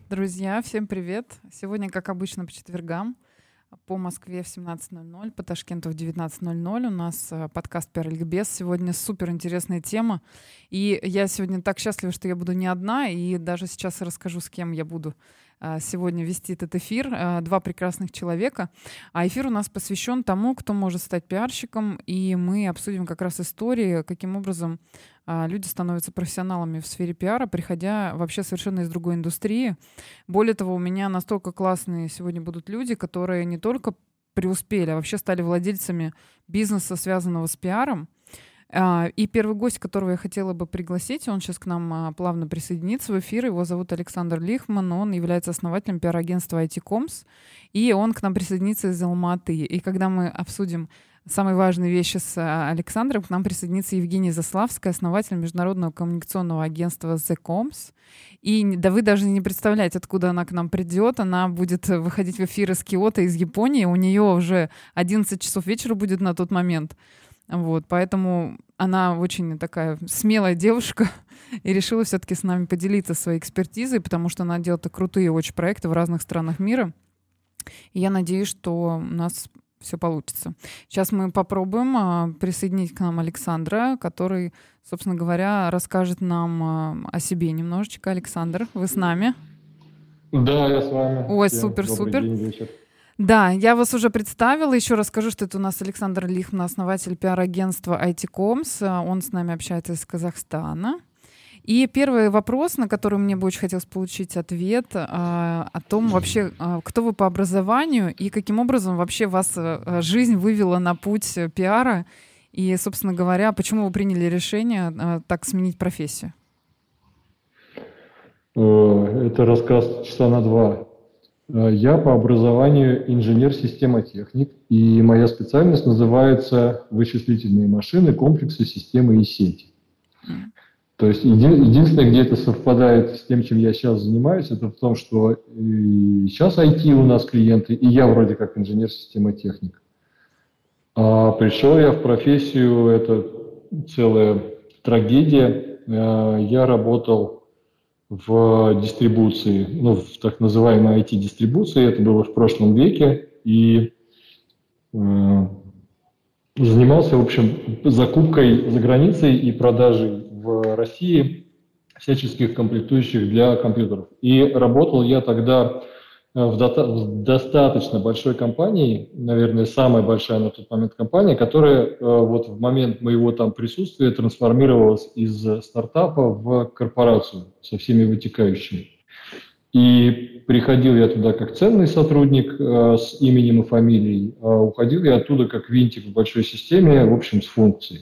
Друзья, всем привет! Сегодня, как обычно, по четвергам, по Москве в 17:00, по Ташкенту в 19:00 у нас подкаст «PR-ликбез». Сегодня супер интересная тема. И я сегодня так счастлива, что я буду не одна, и даже сейчас расскажу, с кем я буду сегодня вести этот эфир. Два прекрасных человека. А эфир у нас посвящен тому, кто может стать пиарщиком, и мы обсудим как раз истории, каким образом люди становятся профессионалами в сфере пиара, приходя вообще совершенно из другой индустрии. Более того, у меня настолько классные сегодня будут люди, которые не только преуспели, а вообще стали владельцами бизнеса, связанного с пиаром. И первый гость, которого я хотела бы пригласить, он сейчас к нам плавно присоединится в эфир. Его зовут Александр Лихман, он является основателем пиар-агентства IT-Coms, и он к нам присоединится из Алматы. И когда мы обсудим самые важные вещи с Александром, к нам присоединится Евгения Заславская, основатель международного коммуникационного агентства The Coms. И да вы даже не представляете, откуда она к нам придет. Она будет выходить в эфир из Киото, из Японии. У нее уже 11 часов вечера будет на тот момент. Вот, поэтому она очень такая смелая девушка и решила все-таки с нами поделиться своей экспертизой, потому что она делает крутые очень проекты в разных странах мира. И я надеюсь, что у нас все получится. Сейчас мы попробуем присоединить к нам Александра, который, собственно говоря, расскажет нам о себе немножечко. Александр, вы с нами? Да, я с вами. Ой, Всем супер, добрый супер. день, вечер. Да, я вас уже представила. Еще расскажу, что это у нас Александр Лихман, основатель пиар-агентства IT-Coms. Он с нами общается из Казахстана. И первый вопрос, на который мне бы очень хотелось получить ответ, о том вообще, кто вы по образованию и каким образом вообще вас жизнь вывела на путь пиара. И, собственно говоря, почему вы приняли решение так сменить профессию? Это рассказ часа на два. Я по образованию инженер-системотехник, и моя специальность называется вычислительные машины, комплексы, системы и сети. То есть единственное, где это совпадает с тем, чем я сейчас занимаюсь, это в том, что и сейчас IT у нас клиенты, и я вроде как инженер-системотехник. А пришел я в профессию, это целая трагедия. Я работал в дистрибуции, в так называемой IT-дистрибуции, это было в прошлом веке, и занимался, в общем, закупкой за границей и продажей в России всяческих комплектующих для компьютеров. И работал я тогда в достаточно большой компании, наверное, самая большая на тот момент компания, которая вот в момент моего там присутствия трансформировалась из стартапа в корпорацию со всеми вытекающими. И приходил я туда как ценный сотрудник с именем и фамилией, а уходил я оттуда как винтик в большой системе, в общем, с функцией.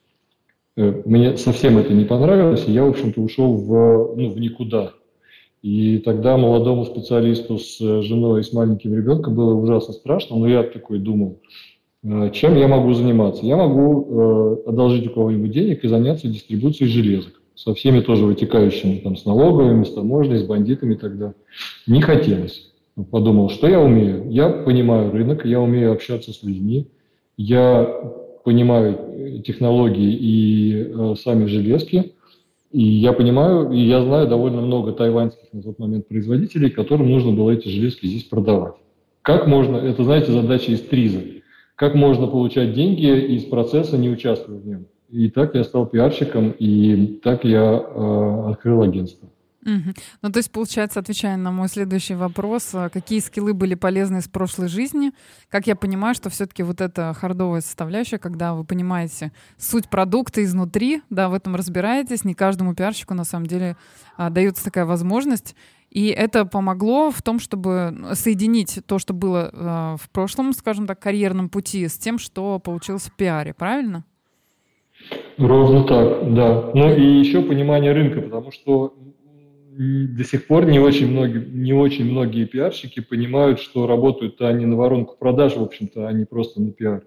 Мне совсем это не понравилось, и я, в общем-то, ушел в никуда. И тогда молодому специалисту с женой и с маленьким ребенком было ужасно страшно, но я такой думал, чем я могу заниматься? Я могу одолжить у кого-нибудь денег и заняться дистрибуцией железок, со всеми тоже вытекающими, там, с налоговыми, с таможней, с бандитами тогда. Не хотелось. Подумал, что я умею? Я понимаю рынок, я умею общаться с людьми, я понимаю технологии и сами железки. И я понимаю, и я знаю довольно много тайваньских на тот момент производителей, которым нужно было эти железки здесь продавать. Как можно, это, знаете, задача из ТРИЗа, как можно получать деньги из процесса, не участвуя в нем. И так я стал пиарщиком, и так я открыл агентство. Ну, то есть, получается, отвечая на мой следующий вопрос, какие скиллы были полезны из прошлой жизни, как я понимаю, что все-таки вот эта хардовая составляющая, когда вы понимаете суть продукта изнутри, да, в этом разбираетесь, не каждому пиарщику на самом деле дается такая возможность, и это помогло в том, чтобы соединить то, что было в прошлом, скажем так, карьерном пути, с тем, что получилось в пиаре, правильно? Ровно так, да. Ну и еще понимание рынка, потому что до сих пор не очень многие пиарщики понимают, что работают-то они на воронку продаж, в общем-то, а не просто на пиар.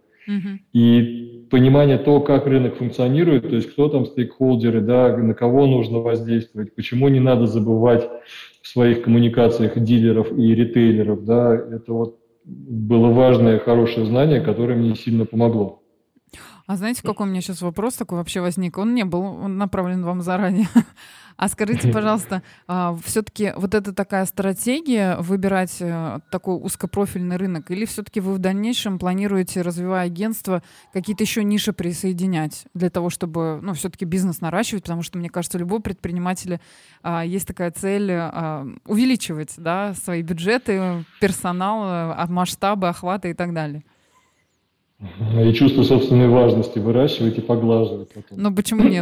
И понимание того, как рынок функционирует, то есть кто там стейкхолдеры, да, на кого нужно воздействовать, почему не надо забывать в своих коммуникациях дилеров и ритейлеров, да, это вот было важное, хорошее знание, которое мне сильно помогло. А знаете, какой у меня сейчас вопрос такой вообще возник? Он не был направлен вам заранее. А скажите, пожалуйста, все-таки вот это такая стратегия выбирать такой узкопрофильный рынок, или все-таки вы в дальнейшем планируете, развивая агентство, какие-то еще ниши присоединять для того, чтобы, ну, все-таки бизнес наращивать, потому что, мне кажется, у любого предпринимателя есть такая цель увеличивать, да, свои бюджеты, персонал, масштабы, охваты и так далее. И чувство собственной важности выращивать и поглаживать потом. Но почему нет?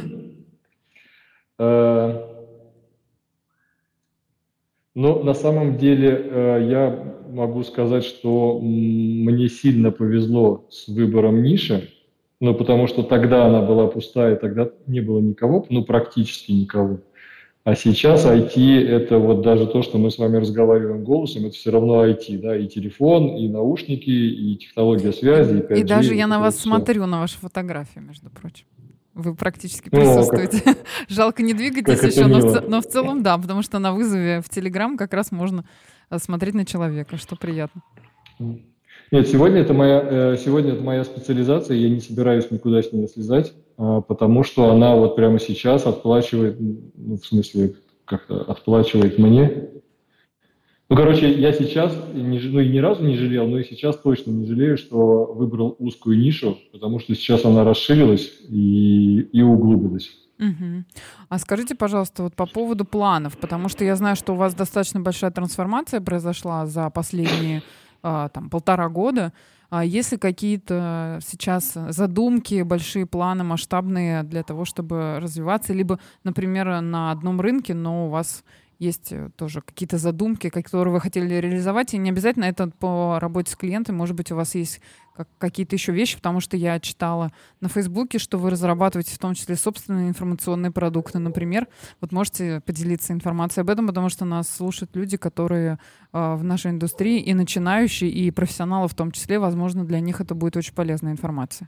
Ну, на самом деле, я могу сказать, что мне сильно повезло с выбором ниши, ну, потому что тогда она была пустая, тогда не было никого, ну, практически никого. А сейчас IT – это вот даже то, что мы с вами разговариваем голосом, это все равно IT, да, и телефон, и наушники, и технология связи, и 5G, И даже и я вот на это вас вот все. смотрю, на ваши фотографии, между прочим. Вы практически Ну, присутствуете. Жалко, не двигаетесь как это еще, мило. но в целом да, потому что на вызове в Телеграм как раз можно смотреть на человека, что приятно. Нет, сегодня это моя специализация, я не собираюсь никуда с нее слезать, потому что она вот прямо сейчас отплачивает, ну, в смысле, как-то отплачивает мне. Ну, короче, я сейчас, ну и ни разу не жалел, но и сейчас точно не жалею, что выбрал узкую нишу, потому что сейчас она расширилась и углубилась. Мгм. А скажите, пожалуйста, вот по поводу планов, потому что я знаю, что у вас достаточно большая трансформация произошла за последние там 1,5 года. А есть ли какие-то сейчас задумки, большие планы, масштабные для того, чтобы развиваться? Либо, например, на одном рынке, но у вас есть тоже какие-то задумки, которые вы хотели реализовать, и не обязательно это по работе с клиентами, может быть, у вас есть какие-то еще вещи, потому что я читала на Фейсбуке, что вы разрабатываете в том числе собственные информационные продукты, например. Вот можете поделиться информацией об этом, потому что нас слушают люди, которые в нашей индустрии и начинающие, и профессионалы в том числе. Возможно, для них это будет очень полезная информация.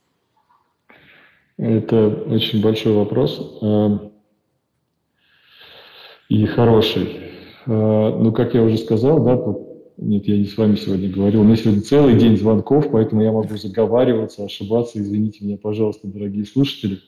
Это очень большой вопрос и хороший. Ну, как я уже сказал, да, нет, я не с вами сегодня говорил, у меня сегодня целый день звонков, поэтому я могу заговариваться, ошибаться, извините меня, пожалуйста, дорогие слушатели.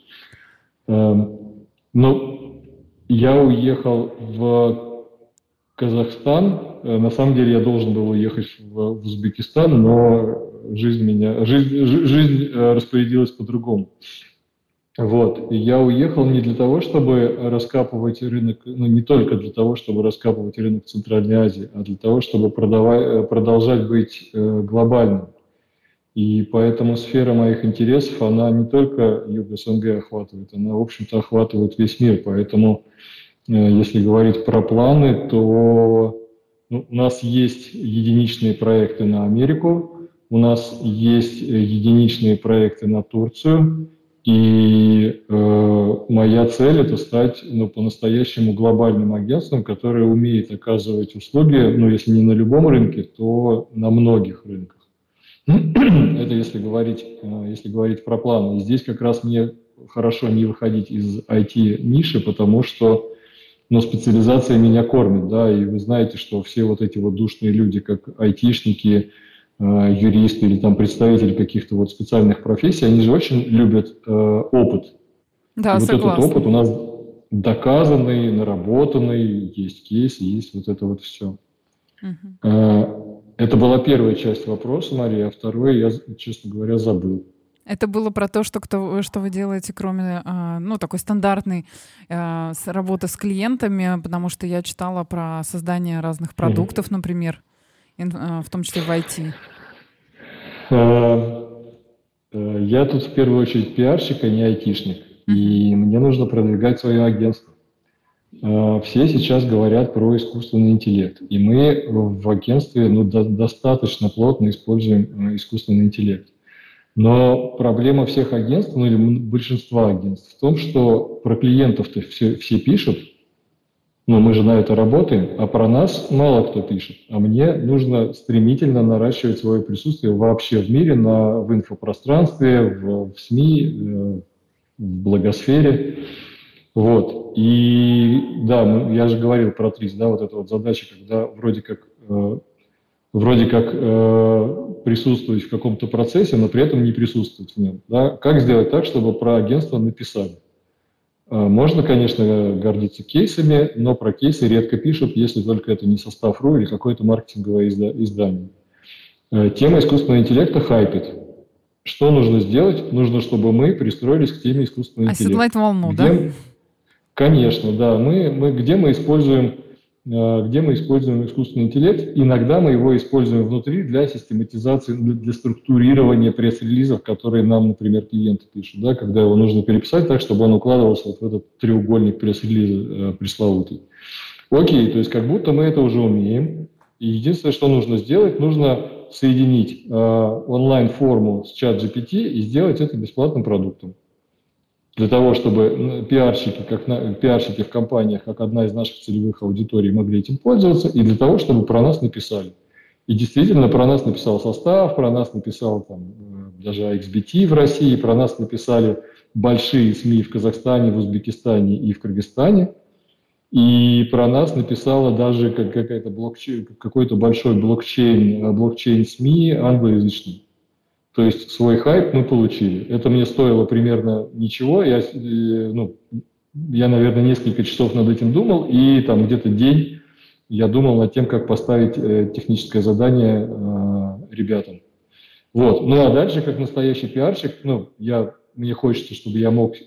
Ну, я уехал в Казахстан. На самом деле я должен был уехать в Узбекистан, но жизнь распорядилась по-другому. Вот. И я уехал не для того, чтобы раскапывать рынок, ну не только для того, чтобы раскапывать рынок Центральной Азии, а для того, чтобы продолжать быть глобальным. И поэтому сфера моих интересов, она не только Юг СНГ охватывает, она, в общем-то, охватывает весь мир. Поэтому, если говорить про планы, то у нас есть единичные проекты на Америку, у нас есть единичные проекты на Турцию, и моя цель – это стать по-настоящему глобальным агентством, которое умеет оказывать услуги, ну, если не на любом рынке, то на многих рынках. Это если говорить про планы. И здесь как раз мне хорошо не выходить из IT-ниши, потому что специализация меня кормит, да, и вы знаете, что все вот эти вот душные люди, как айтишники, юристы или там представители каких-то вот специальных профессий, они же очень любят опыт. Да, И вот этот согласна. опыт у нас доказанный, наработанный, есть кейс, есть вот это вот все. Мгм. Это была первая часть вопроса, Мария, а второй я, честно говоря, забыл. Это было про то, что вы делаете, кроме, такой стандартной работы с клиентами, потому что я читала про создание разных продуктов, например, в том числе в IT. Я тут в первую очередь пиарщик, а не айтишник. И мне нужно продвигать свое агентство. Все сейчас говорят про искусственный интеллект. И мы в агентстве достаточно плотно используем искусственный интеллект. Но проблема всех агентств, ну или большинства агентств, в том, что про клиентов-то все пишут, но мы же на это работаем, а про нас мало кто пишет. А мне нужно стремительно наращивать свое присутствие вообще в мире, в инфопространстве, в СМИ, в благосфере. Вот. И да, я же говорил про ТРИС, да, вот эта вот задача, когда вроде как вроде как присутствовать в каком-то процессе, но при этом не присутствовать в нем. Да? Как сделать так, чтобы про агентство написали? Можно, конечно, гордиться кейсами, но про кейсы редко пишут, если только это не состав.ру или какое-то маркетинговое издание. Тема искусственного интеллекта хайпит. Что нужно сделать? Нужно, чтобы мы пристроились к теме искусственного интеллекта. Оседлать волну, да? Конечно, да. Где мы используем искусственный интеллект, иногда мы его используем внутри для систематизации, для структурирования пресс-релизов, которые нам, например, клиенты пишут, да, когда его нужно переписать так, чтобы он укладывался вот в этот треугольник пресс-релиза пресловутый. Окей, то есть как будто мы это уже умеем. И единственное, что нужно сделать, нужно соединить онлайн-форму с ChatGPT и сделать это бесплатным продуктом. Для того, чтобы пиарщики в компаниях, как одна из наших целевых аудиторий, могли этим пользоваться, и для того, чтобы про нас написали. И действительно, про нас написал состав, про нас написал даже XBT в России, про нас написали большие СМИ в Казахстане, в Узбекистане и в Кыргызстане. И про нас написала даже какой-то большой блокчейн СМИ англоязычный. То есть свой хайп мы получили. Это мне стоило примерно ничего. Я, наверное, несколько часов над этим думал, и там где-то день я думал над тем, как поставить техническое задание ребятам. Вот. Ну а дальше, как настоящий пиарщик, мне хочется, чтобы я мог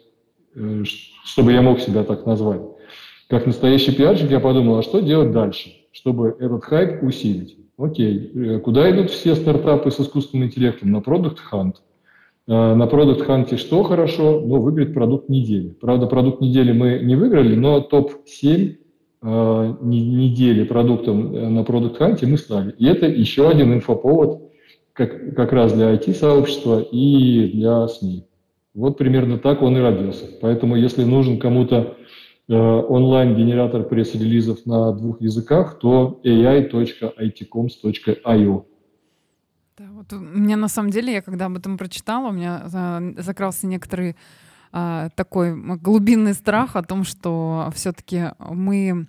себя так назвать. Как настоящий пиарщик я подумал, а что делать дальше, чтобы этот хайп усилить? Окей, куда идут все стартапы с искусственным интеллектом? На Product Hunt. На Product Hunt что хорошо? Выиграть продукт недели. Правда, продукт недели мы не выиграли, но топ-7 недели продуктом на Product Hunt мы стали. И это еще один инфоповод как раз для IT-сообщества и для СМИ. Вот примерно так он и родился. Поэтому если нужен кому-то онлайн-генератор пресс-релизов на 2 языках, то ai.itcoms.io. Да, вот у меня на самом деле, я когда об этом прочитала, у меня закрался некоторый такой глубинный страх о том, что все-таки мы,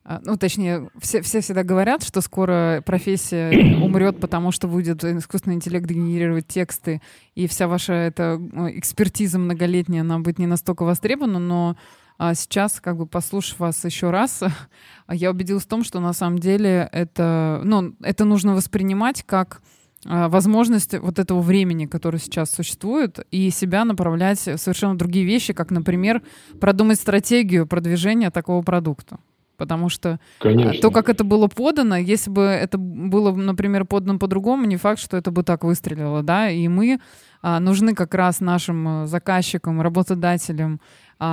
все всегда говорят, что скоро профессия умрет, потому что будет искусственный интеллект генерировать тексты, и вся ваша эта экспертиза многолетняя, она будет не настолько востребована, но сейчас, послушав вас еще раз, я убедилась в том, что на самом деле это нужно воспринимать как возможность вот этого времени, которое сейчас существует, и себя направлять в совершенно другие вещи, как, например, продумать стратегию продвижения такого продукта. Потому что то, как это было подано, если бы это было, например, подано по-другому, не факт, что это бы так выстрелило, да, и мы нужны как раз нашим заказчикам, работодателям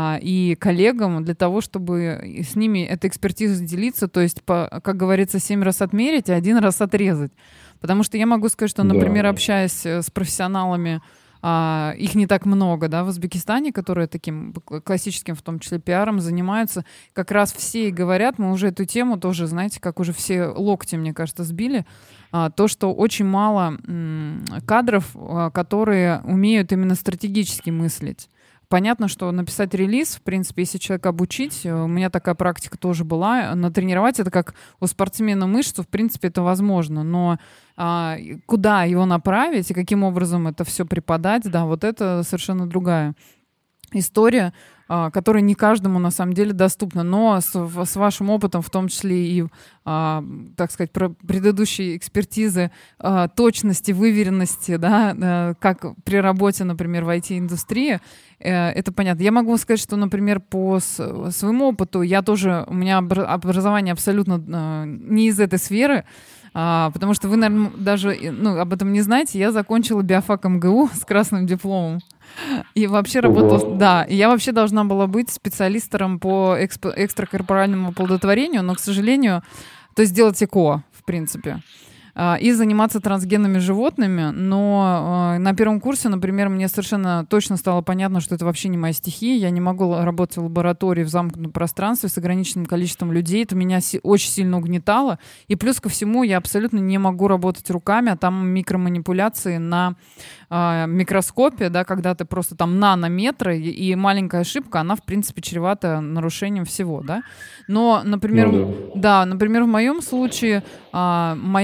и коллегам для того, чтобы с ними этой экспертизой делиться, то есть, как говорится, 7 раз отмерить, а 1 раз отрезать. Потому что я могу сказать, что, например, общаясь с профессионалами, их не так много, да, в Узбекистане, которые таким классическим, в том числе, пиаром занимаются, как раз все и говорят, мы уже эту тему тоже, знаете, как уже все локти, мне кажется, сбили, то, что очень мало кадров, которые умеют именно стратегически мыслить. Понятно, что написать релиз, в принципе, если человека обучить, у меня такая практика тоже была, натренировать это как у спортсмена мышцу, в принципе, это возможно, но куда его направить и каким образом это все преподать, да, вот это совершенно другая история, которая не каждому на самом деле доступна, но с вашим опытом, в том числе и, так сказать, предыдущей экспертизы, точности, выверенности, да, как при работе, например, в IT-индустрии, это понятно. Я могу сказать, что, например, по своему опыту, у меня образование абсолютно не из этой сферы, потому что вы, наверное, даже об этом не знаете. Я закончила биофак МГУ с красным дипломом. И вообще работала... Да, и я вообще должна была быть специалистом по экстракорпоральному оплодотворению, но, к сожалению, то есть делать ЭКО, в принципе, и заниматься трансгенными животными. Но на первом курсе, например, мне совершенно точно стало понятно, что это вообще не моя стихия. Я не могу работать в лаборатории в замкнутом пространстве с ограниченным количеством людей. Это меня очень сильно угнетало. И плюс ко всему я абсолютно не могу работать руками, а там микроманипуляции на микроскопе, да, когда ты просто там нанометры, и маленькая ошибка, она, в принципе, чревата нарушением всего, да. Но, например, например, в моем случае мой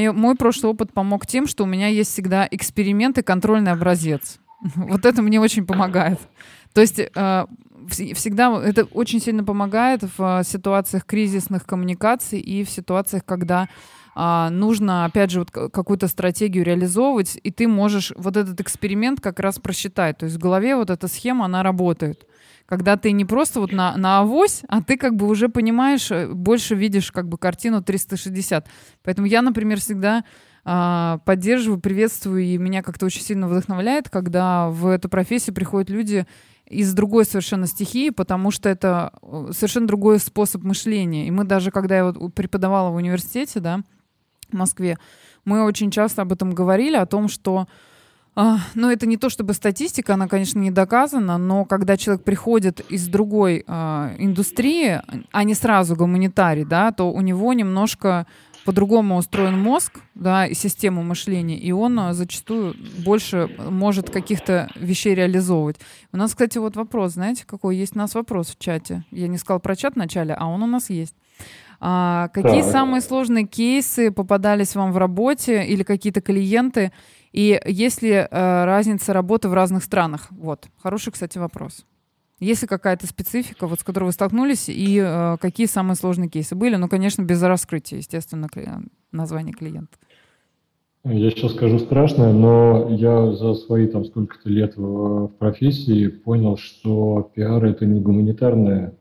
прошлый опыт помог тем, что у меня есть всегда эксперимент и контрольный образец. Вот это мне очень помогает. То есть всегда это очень сильно помогает в ситуациях кризисных коммуникаций и в ситуациях, когда нужно, опять же, вот какую-то стратегию реализовывать, и ты можешь вот этот эксперимент как раз просчитать. То есть в голове вот эта схема, она работает. Когда ты не просто вот на авось, а ты как бы уже понимаешь, больше видишь как бы картину 360. Поэтому я, например, всегда поддерживаю, приветствую, и меня как-то очень сильно вдохновляет, когда в эту профессию приходят люди из другой совершенно стихии, потому что это совершенно другой способ мышления. И мы даже, когда я вот преподавала в университете, да, в Москве, мы очень часто об этом говорили, о том, что ну, это не то чтобы статистика, она, конечно, не доказана, но когда человек приходит из другой индустрии, а не сразу гуманитарий, да, то у него немножко по-другому устроен мозг, да, и система мышления, и он зачастую больше может каких-то вещей реализовывать. У нас, кстати, вот вопрос, знаете, какой? Есть у нас вопрос в чате. Я не сказала про чат вначале, а он у нас есть. Какие самые сложные кейсы попадались вам в работе или какие-то клиенты? И есть ли разница работы в разных странах? Вот, хороший, кстати, вопрос. Есть ли какая-то специфика, вот, с которой вы столкнулись, и какие самые сложные кейсы были? Ну, конечно, без раскрытия, естественно, названия клиента. Я сейчас скажу страшное, но я за свои там сколько-то лет в профессии понял, что пиар – это не гуманитарная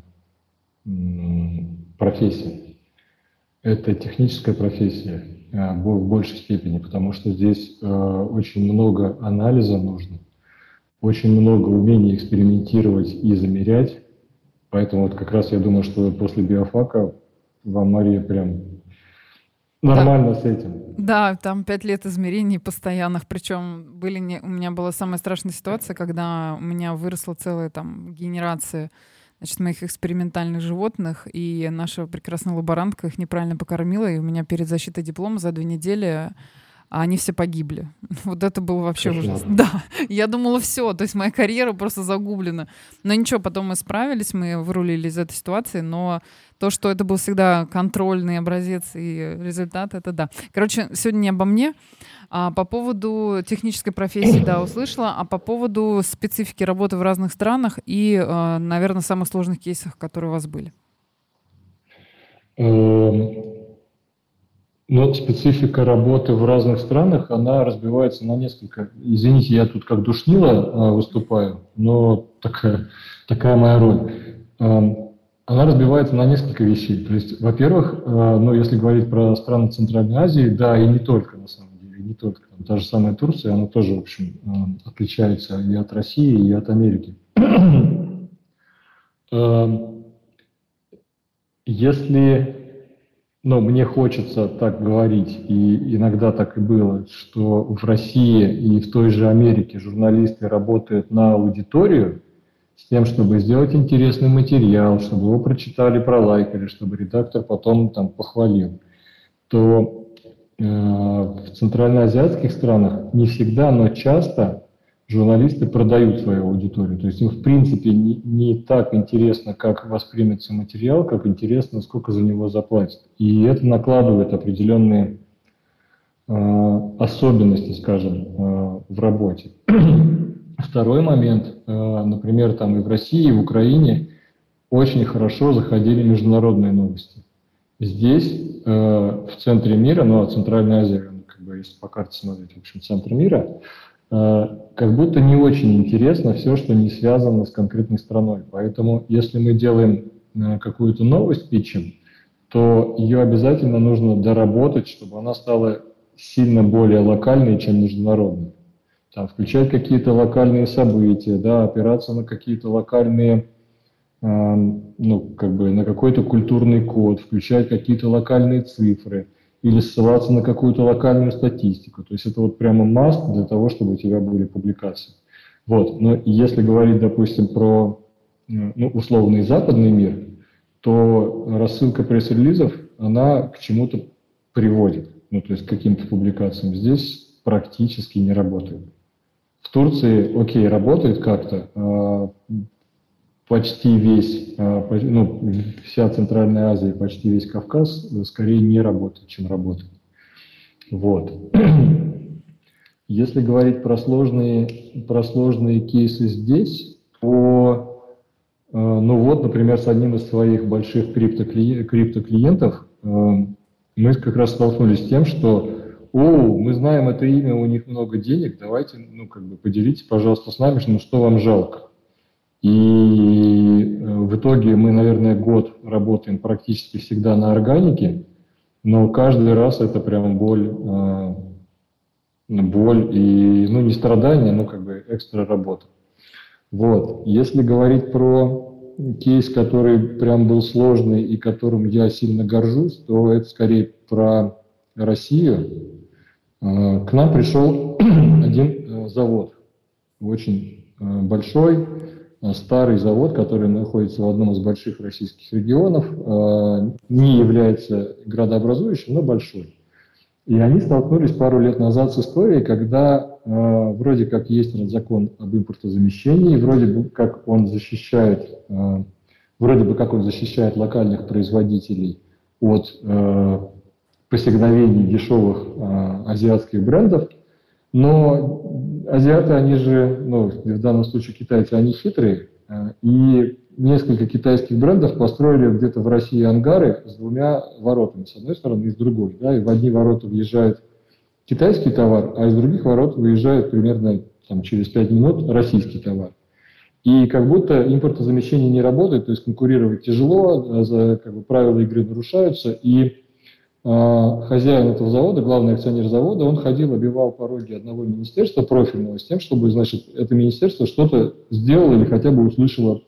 профессия. Это техническая профессия в большей степени, потому что здесь очень много анализа нужно, очень много умения экспериментировать и замерять. Поэтому вот как раз я думаю, что после биофака вам, Мария, прям нормально с этим. Да, там 5 лет измерений постоянных, причем у меня была самая страшная ситуация, когда у меня выросла целая там генерация, значит, моих экспериментальных животных, и наша прекрасная лаборантка их неправильно покормила, и у меня перед защитой диплома за 2 недели они все погибли. Вот это было вообще ужасно. Да, я думала, все, то есть моя карьера просто загублена. Но ничего, потом мы справились, мы вырулили из этой ситуации, но то, что это был всегда контрольный образец и результат, это да. Короче, сегодня не обо мне. По поводу технической профессии, да, услышала, а по поводу специфики работы в разных странах и, наверное, самых сложных кейсах, которые у вас были. Но специфика работы в разных странах, она разбивается на несколько. Извините, я тут как душнило выступаю, но такая моя роль. Она разбивается на несколько вещей. То есть, во-первых, ну, если говорить про страны Центральной Азии, да, и не только, на самом деле, не только. Там, та же самая Турция, она тоже, в общем, отличается и от России, и от Америки. Если... Но мне хочется так говорить, и иногда так и было, что в России и в той же Америке журналисты работают на аудиторию с тем, чтобы сделать интересный материал, чтобы его прочитали, пролайкали, чтобы редактор потом там похвалил, то в центральноазиатских странах не всегда, но часто журналисты продают свою аудиторию. То есть им в принципе не так интересно, как воспримется материал, как интересно, сколько за него заплатят. И это накладывает определенные особенности, скажем, в работе. Второй момент, например, там и в России, и в Украине очень хорошо заходили международные новости. Здесь, в центре мира, ну, а Центральная Азия, как бы, если по карте смотреть, в общем, центр мира, как будто не очень интересно все, что не связано с конкретной страной. Поэтому, если мы делаем какую-то новость, питчем, то ее обязательно нужно доработать, чтобы она стала сильно более локальной, чем международной. Там, включать какие-то локальные события, да, опираться на какие-то локальные, ну, как бы на какой-то культурный код, включать какие-то локальные цифры или ссылаться на какую-то локальную статистику. То есть это вот прямо must для того, чтобы у тебя были публикации. Вот. Но если говорить, допустим, про ну, условный западный мир, то рассылка пресс-релизов, она к чему-то приводит, ну, то есть к каким-то публикациям. Здесь практически не работает. В Турции, окей, работает как-то, почти весь, ну, вся Центральная Азия, почти весь Кавказ скорее не работает, чем работает. Вот. Если говорить про сложные кейсы здесь, то, ну вот, например, с одним из своих больших криптоклиентов мы как раз столкнулись с тем, что мы знаем это имя, у них много денег, давайте, поделитесь, пожалуйста, с нами, что вам жалко. И в итоге мы, наверное, год работаем практически всегда на органике, но каждый раз это прям боль и, не страдания, но экстра работа. Вот. Если говорить про кейс, который прям был сложный и которым я сильно горжусь, то это скорее про Россию. К нам пришел один завод, очень большой, старый завод, который находится в одном из больших российских регионов, не является градообразующим, но большой. И они столкнулись пару лет назад с историей, когда вроде как есть закон об импортозамещении, вроде бы как он защищает локальных производителей от посягновений дешевых азиатских брендов, но азиаты, они же, в данном случае китайцы, они хитрые, и несколько китайских брендов построили где-то в России ангары с двумя воротами, с одной стороны и с другой. Да, и в одни ворота въезжает китайский товар, а из других ворот выезжает примерно через 5 минут российский товар. И как будто импортозамещение не работает, то есть конкурировать тяжело, правила игры нарушаются, и хозяин этого завода, главный акционер завода, он ходил, обивал пороги одного министерства профильного с тем, чтобы, это министерство что-то сделало или хотя бы услышало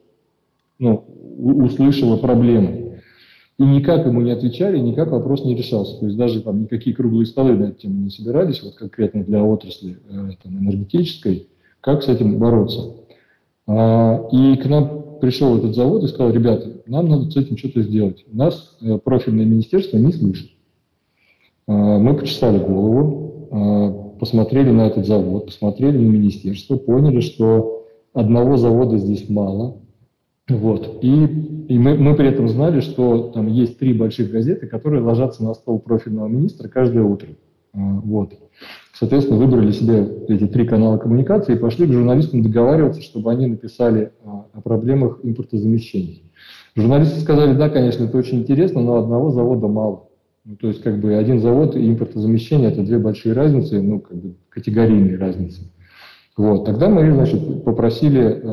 проблему. И никак ему не отвечали, никак вопрос не решался. То есть даже никакие круглые столы на эту тему не собирались, вот конкретно для отрасли энергетической, как с этим бороться. И к нам пришел этот завод и сказал: ребята, нам надо с этим что-то сделать. Нас профильное министерство не слышит. Мы почесали голову, посмотрели на этот завод, посмотрели на министерство, поняли, что одного завода здесь мало. Вот. И мы при этом знали, что там есть 3 больших газеты, которые ложатся на стол профильного министра каждое утро. Вот. Соответственно, выбрали себе эти 3 канала коммуникации и пошли к журналистам договариваться, чтобы они написали о проблемах импортозамещения. Журналисты сказали: да, конечно, это очень интересно, но одного завода мало. То есть один завод и импортозамещение – это 2 большие разницы, категорийные разницы. Вот. Тогда мы, попросили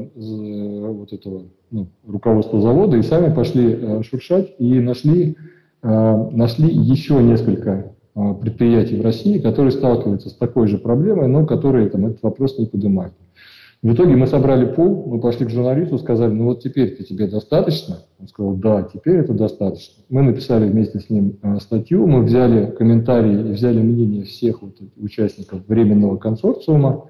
руководство завода и сами пошли шуршать и нашли еще несколько предприятий в России, которые сталкиваются с такой же проблемой, но которые этот вопрос не поднимают. В итоге мы собрали пул, мы пошли к журналисту, сказали: ну вот теперь-то тебе достаточно? Он сказал: да, теперь это достаточно. Мы написали вместе с ним статью, мы взяли комментарии и взяли мнение всех участников временного консорциума,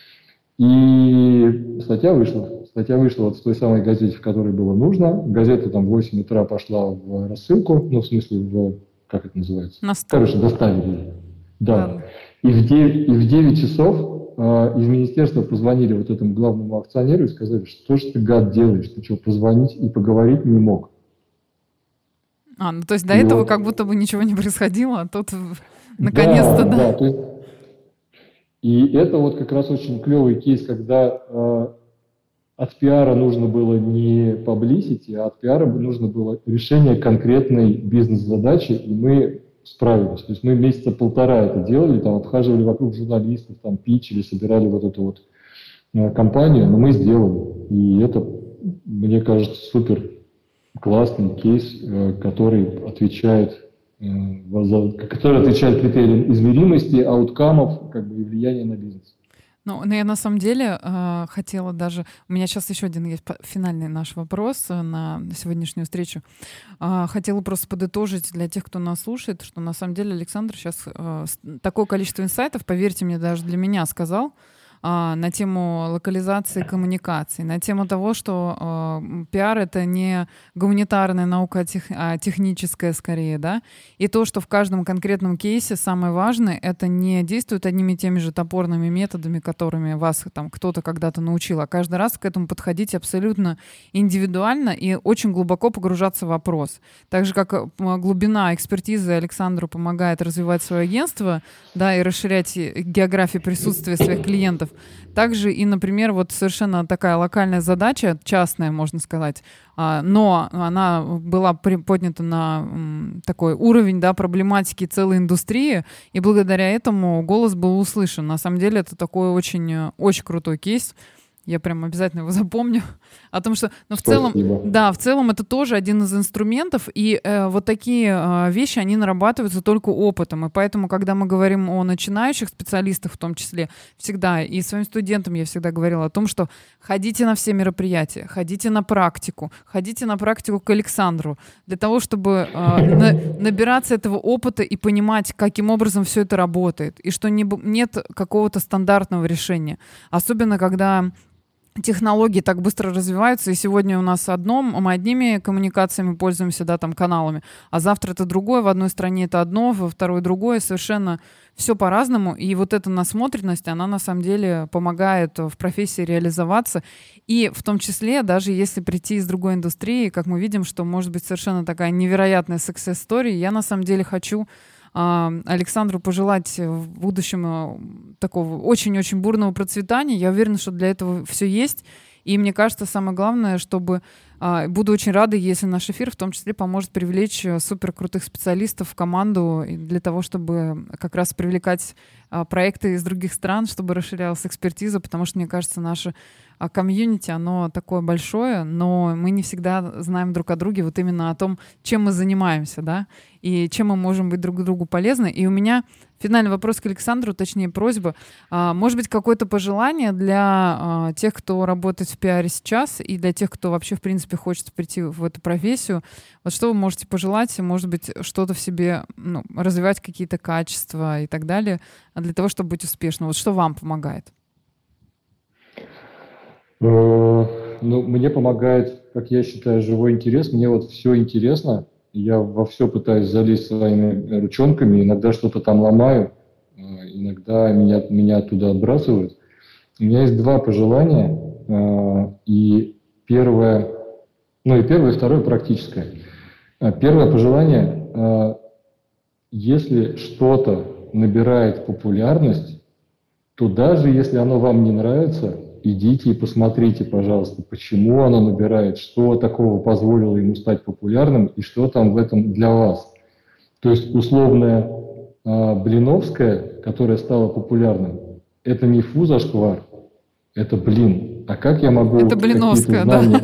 и статья вышла. Статья вышла в той самой газете, в которой было нужно. Газета в 8 утра пошла в рассылку, как это называется? Доставили. Да. И в 9 часов из министерства позвонили этому главному акционеру и сказали: что же ты, гад, делаешь? Ты что, позвонить и поговорить не мог? То есть до этого как будто бы ничего не происходило, а тут наконец-то... Да, то есть... И это как раз очень клевый кейс, когда от пиара нужно было не publicity, а от пиара нужно было решение конкретной бизнес-задачи, и мы справились. То есть мы 1.5 месяца это делали, обхаживали вокруг журналистов, питчили, собирали эту компанию, но мы сделали. И это, мне кажется, супер классный кейс, который отвечает критериям измеримости, ауткамов и влияния на бизнес. Я на самом деле хотела даже... У меня сейчас еще один есть финальный наш вопрос на сегодняшнюю встречу. Хотела просто подытожить для тех, кто нас слушает, что на самом деле Александр сейчас такое количество инсайтов, поверьте мне, даже для меня сказал, на тему локализации коммуникаций, на тему того, что пиар — это не гуманитарная наука, а техническая скорее, да, и то, что в каждом конкретном кейсе самое важное — это не действовать одними и теми же топорными методами, которыми вас там кто-то когда-то научил, а каждый раз к этому подходить абсолютно индивидуально и очень глубоко погружаться в вопрос. Так же, как глубина экспертизы Александру помогает развивать свое агентство, да, и расширять географию присутствия своих клиентов, также и, например, вот совершенно такая локальная задача, частная, можно сказать, но она была поднята на такой уровень, да, проблематики целой индустрии, и благодаря этому голос был услышан. На самом деле это такой очень, очень крутой кейс. Я прям обязательно его запомню. О том, что, но в целом, да, в целом это тоже один из инструментов, и вот такие вещи, они нарабатываются только опытом. И поэтому, когда мы говорим о начинающих специалистах, в том числе, всегда, и своим студентам я всегда говорила о том, что ходите на все мероприятия, ходите на практику к Александру, для того, чтобы набираться этого опыта и понимать, каким образом все это работает, и что нет какого-то стандартного решения. Особенно, когда технологии так быстро развиваются, и сегодня у нас мы одними коммуникациями пользуемся, да, там, каналами, а завтра это другое, в одной стране это одно, во второй другое, совершенно все по-разному, и вот эта насмотренность, она на самом деле помогает в профессии реализоваться, и в том числе, даже если прийти из другой индустрии, как мы видим, что может быть совершенно такая невероятная success story, я на самом деле хочу Александру пожелать в будущем такого очень-очень бурного процветания. Я уверена, что для этого все есть. И мне кажется, самое главное, чтобы... Буду очень рада, если наш эфир в том числе поможет привлечь суперкрутых специалистов в команду для того, чтобы как раз привлекать проекты из других стран, чтобы расширялась экспертиза, потому что, мне кажется, наше комьюнити, оно такое большое, но мы не всегда знаем друг о друге, вот именно о том, чем мы занимаемся, да, и чем мы можем быть друг другу полезны. И у меня финальный вопрос к Александру, точнее просьба. Может быть, какое-то пожелание для тех, кто работает в пиаре сейчас, и для тех, кто вообще, в принципе, хочет прийти в эту профессию. Вот что вы можете пожелать? Может быть, что-то в себе, развивать какие-то качества и так далее, для того, чтобы быть успешным. Вот что вам помогает? Мне помогает, как я считаю, живой интерес. Мне вот все интересно. Я во все пытаюсь залезть своими ручонками. Иногда что-то там ломаю, иногда меня оттуда отбрасывают. У меня есть два пожелания. И первое, и второе практическое. Первое пожелание, если что-то набирает популярность, то даже если оно вам не нравится, идите и посмотрите, пожалуйста, почему оно набирает, что такого позволило ему стать популярным и что там в этом для вас. То есть условная Блиновская, которая стала популярным, это не фу зашквар, это блин. А как я могу это Блиновская, какие-то знания...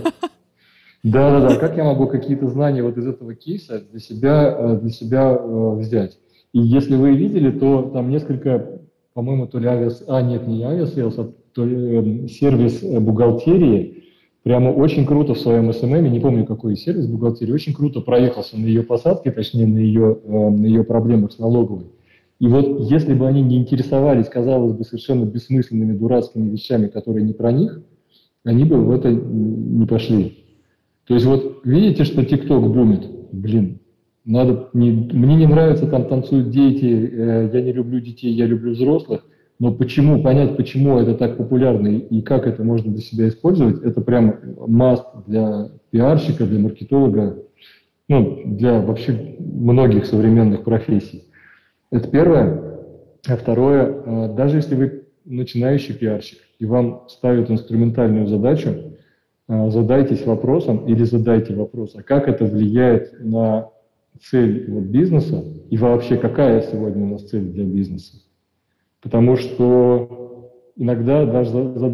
Да, как я могу какие-то знания вот из этого кейса для себя взять? И если вы видели, то там несколько, по-моему, то ли не авиасейлс, а то ли сервис бухгалтерии, прямо очень круто в своем SMM, не помню, какой сервис бухгалтерии, очень круто проехался на ее посадке, точнее, на ее проблемах с налоговой. И вот если бы они не интересовались, казалось бы, совершенно бессмысленными, дурацкими вещами, которые не про них, они бы в это не пошли. То есть вот видите, что TikTok бумит? Блин, мне не нравится, там танцуют дети, я не люблю детей, я люблю взрослых. Но понять, почему это так популярно и как это можно для себя использовать, это прям маст для пиарщика, для маркетолога, для вообще многих современных профессий. Это первое. А второе, даже если вы начинающий пиарщик и вам ставят инструментальную задачу, задайте вопрос, а как это влияет на цель бизнеса и вообще какая сегодня у нас цель для бизнеса. Потому что иногда даже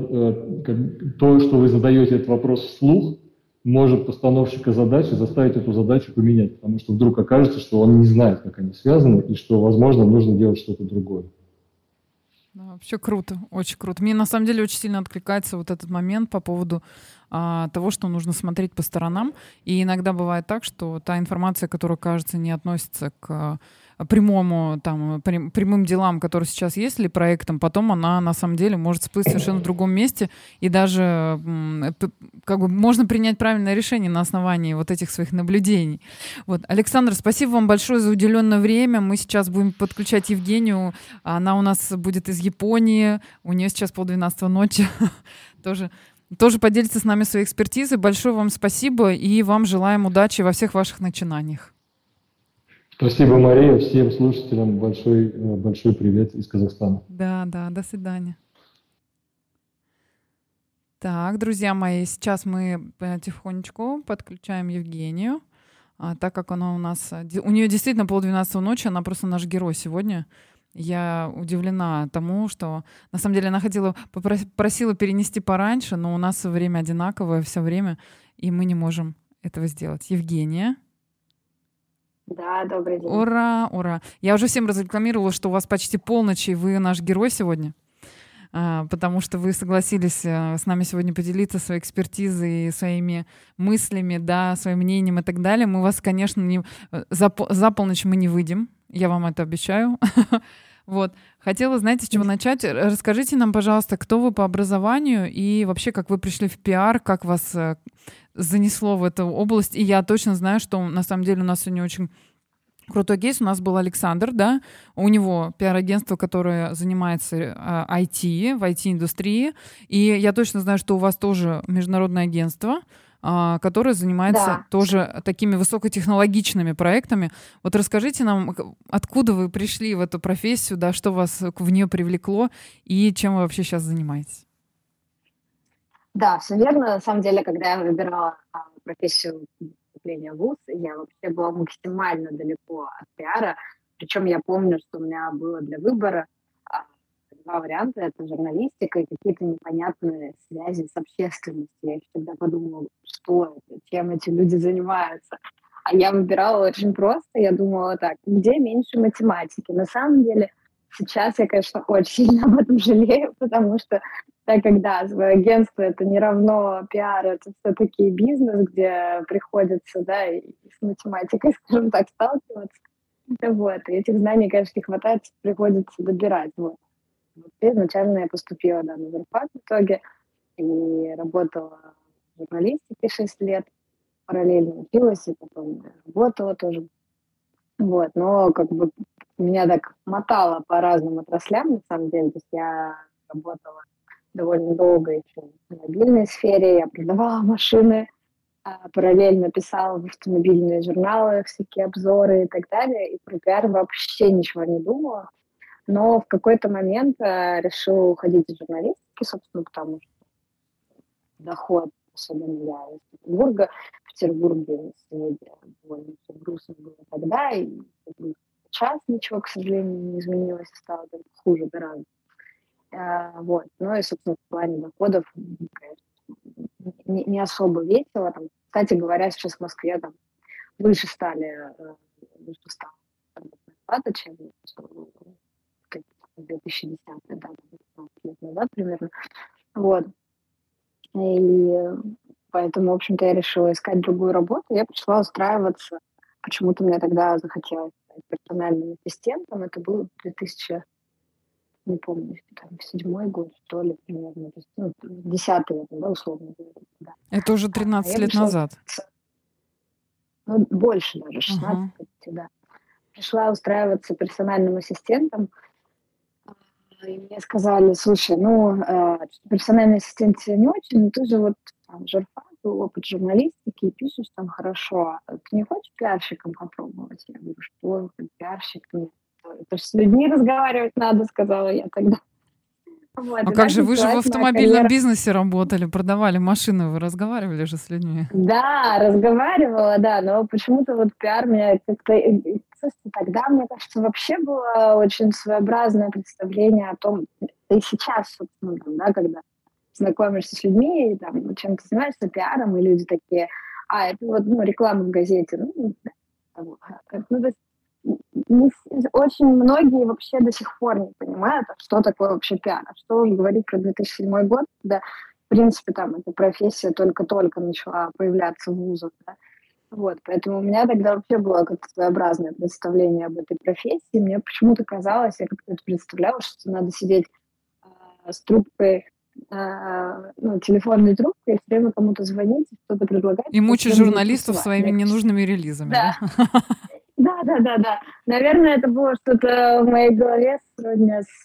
то, что вы задаете этот вопрос вслух, может постановщика задачи заставить эту задачу поменять, потому что вдруг окажется, что он не знает, как они связаны, и что, возможно, нужно делать что-то другое. Да, вообще круто, очень круто. Мне на самом деле очень сильно откликается вот этот момент по поводу того, что нужно смотреть по сторонам. И иногда бывает так, что та информация, которая, кажется, не относится к прямому, там, прямым делам, которые сейчас есть, или проектам, потом она на самом деле может всплыть совершенно в другом месте, и даже как бы можно принять правильное решение на основании вот этих своих наблюдений. Вот. Александр, спасибо вам большое за уделенное время. Мы сейчас будем подключать Евгению. Она у нас будет из Японии. У нее сейчас 11:30 ночи. Тоже поделится с нами своей экспертизой. Большое вам спасибо и вам желаем удачи во всех ваших начинаниях. Спасибо, Мария. Всем слушателям большой привет из Казахстана. Да, до свидания. Так, друзья мои, сейчас мы потихонечку подключаем Евгению, так как она у нее действительно 11:30 ночи, она просто наш герой сегодня. Я удивлена тому, что на самом деле она просила перенести пораньше, но у нас время одинаковое все время, и мы не можем этого сделать. Евгения. Да, добрый день. Ура! Я уже всем разрекламировала, что у вас почти полночь, и вы наш герой сегодня, потому что вы согласились с нами сегодня поделиться своей экспертизой, своими мыслями, да, своим мнением и так далее. Мы вас, конечно, за полночь мы не выйдем, я вам это обещаю. Вот. Хотела, знаете, с чего начать? Расскажите нам, пожалуйста, кто вы по образованию и вообще, как вы пришли в пиар, как вас занесло в эту область. И я точно знаю, что на самом деле у нас сегодня очень крутой кейс. У нас был Александр, да, у него пиар-агентство, которое занимается IT, в IT-индустрии. И я точно знаю, что у вас тоже международное агентство, которая занимается тоже такими высокотехнологичными проектами. Вот расскажите нам, откуда вы пришли в эту профессию, да, что вас в нее привлекло и чем вы вообще сейчас занимаетесь? Да, все верно. На самом деле, когда я выбирала профессию поступления в ВУЗ, я вообще была максимально далеко от пиара. Причем я помню, что у меня было для выбора два варианта. Это журналистика и какие-то непонятные связи с общественностью. Я всегда подумала, что это, чем эти люди занимаются. А я выбирала очень просто. Я думала так, где меньше математики? На самом деле, сейчас я, конечно, очень сильно об этом жалею, потому что так как, да, свое агентство — это не равно пиар, это все-таки бизнес, где приходится, да, и с математикой, скажем так, сталкиваться. Вот. И этих знаний, конечно, не хватает, приходится добирать. Вот. И изначально я поступила, да, на журфак в итоге и работала в журналистике 6 лет, параллельно училась и потом работала тоже. Вот. Но как бы меня так мотало по разным отраслям, на самом деле. То есть я работала довольно долго еще в мобильной сфере, я продавала машины, параллельно писала в автомобильные журналы всякие обзоры и так далее, и про пиар вообще ничего не думала. Но в какой-то момент решила уходить из журналистики, собственно, потому что доход, особенно я из Петербурга, в Петербурге медиа довольно все грустно было тогда, и сейчас ничего, к сожалению, не изменилось, стало только хуже гораздо. Вот. Ну и, собственно, в плане доходов, конечно, не особо весело. Там, кстати говоря, сейчас в Москве там выше стала зарплата, чем в 2010, да, 15 лет назад примерно. Вот. И поэтому, в общем-то, я решила искать другую работу. Я пришла устраиваться. Почему-то мне тогда захотелось стать персональным ассистентом. Это был 2000, не помню, там, 7-й год, что ли, примерно. То есть, 10-й, да, условно говоря. Да. Это уже 13 лет назад. Ну, больше даже, 16 лет, да. Пришла устраиваться персональным ассистентом. И мне сказали, слушай, персональный ассистент тебе не очень, но ты же вот там журфак, опыт журналистики, и пишешь там хорошо. Ты не хочешь пиарщиком попробовать? Я говорю, что пиарщик? Нет. Это же с людьми разговаривать надо, сказала я тогда. Вот, а как же, вы же в автомобильном бизнесе работали, продавали машины, вы разговаривали же с людьми? Да, разговаривала, да, но почему-то вот пиар меня как-то... Тогда, мне кажется, вообще было очень своеобразное представление о том, и сейчас, собственно, да, когда знакомишься с людьми, и там, чем-то занимаешься пиаром, и люди такие, это вот, реклама в газете, очень многие вообще до сих пор не понимают, что такое вообще пиар. Что уж говорить про 2007 год, когда, в принципе, там эта профессия только-только начала появляться в вузах, да. Вот, поэтому у меня тогда вообще было как-то своеобразное представление об этой профессии. Мне почему-то казалось, я как-то это представляла, что надо сидеть с трубкой, ну, телефонной трубкой, и все время кому-то звонить, что-то предлагать, И чтобы мучить всем будет журналистов танцевать. своими Мне кажется, ненужными релизами, да, да? да. Наверное, это было что-то в моей голове сродни с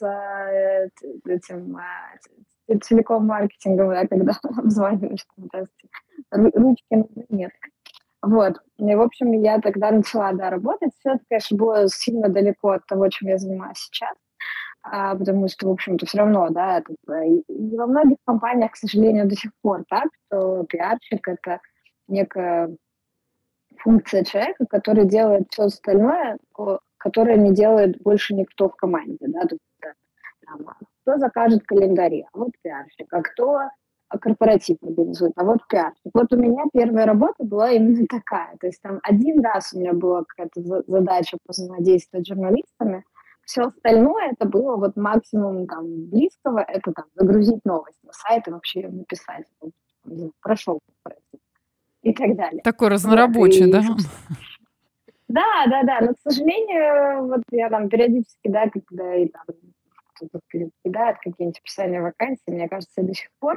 этим телеком-маркетингом, да, когда обзваниваешь, там, здравствуйте, ручки нужны, нет. Вот. И, в общем, я тогда начала, да, работать. Все это, конечно, было сильно далеко от того, чем я занимаюсь сейчас, потому что, в общем-то, все равно, да, это, и во многих компаниях, к сожалению, до сих пор так, что пиарщик — это некая функция человека, который делает все остальное, которое не делает больше никто в команде, да, то есть там, кто закажет календари, а вот пиарщик, а кто корпоратив организует, а вот пиарщик. Вот у меня первая работа была именно такая, то есть там один раз у меня была какая-то задача взаимодействовать с журналистами, все остальное это было вот максимум там близкого, это там загрузить новость на сайт и вообще ее написать, прошел корпоратив и так далее. Такой Вот, разнорабочий, и, да? да, но, к сожалению, вот я там периодически, да, когда и там кто-то кидает какие-нибудь описания вакансий, мне кажется, до сих пор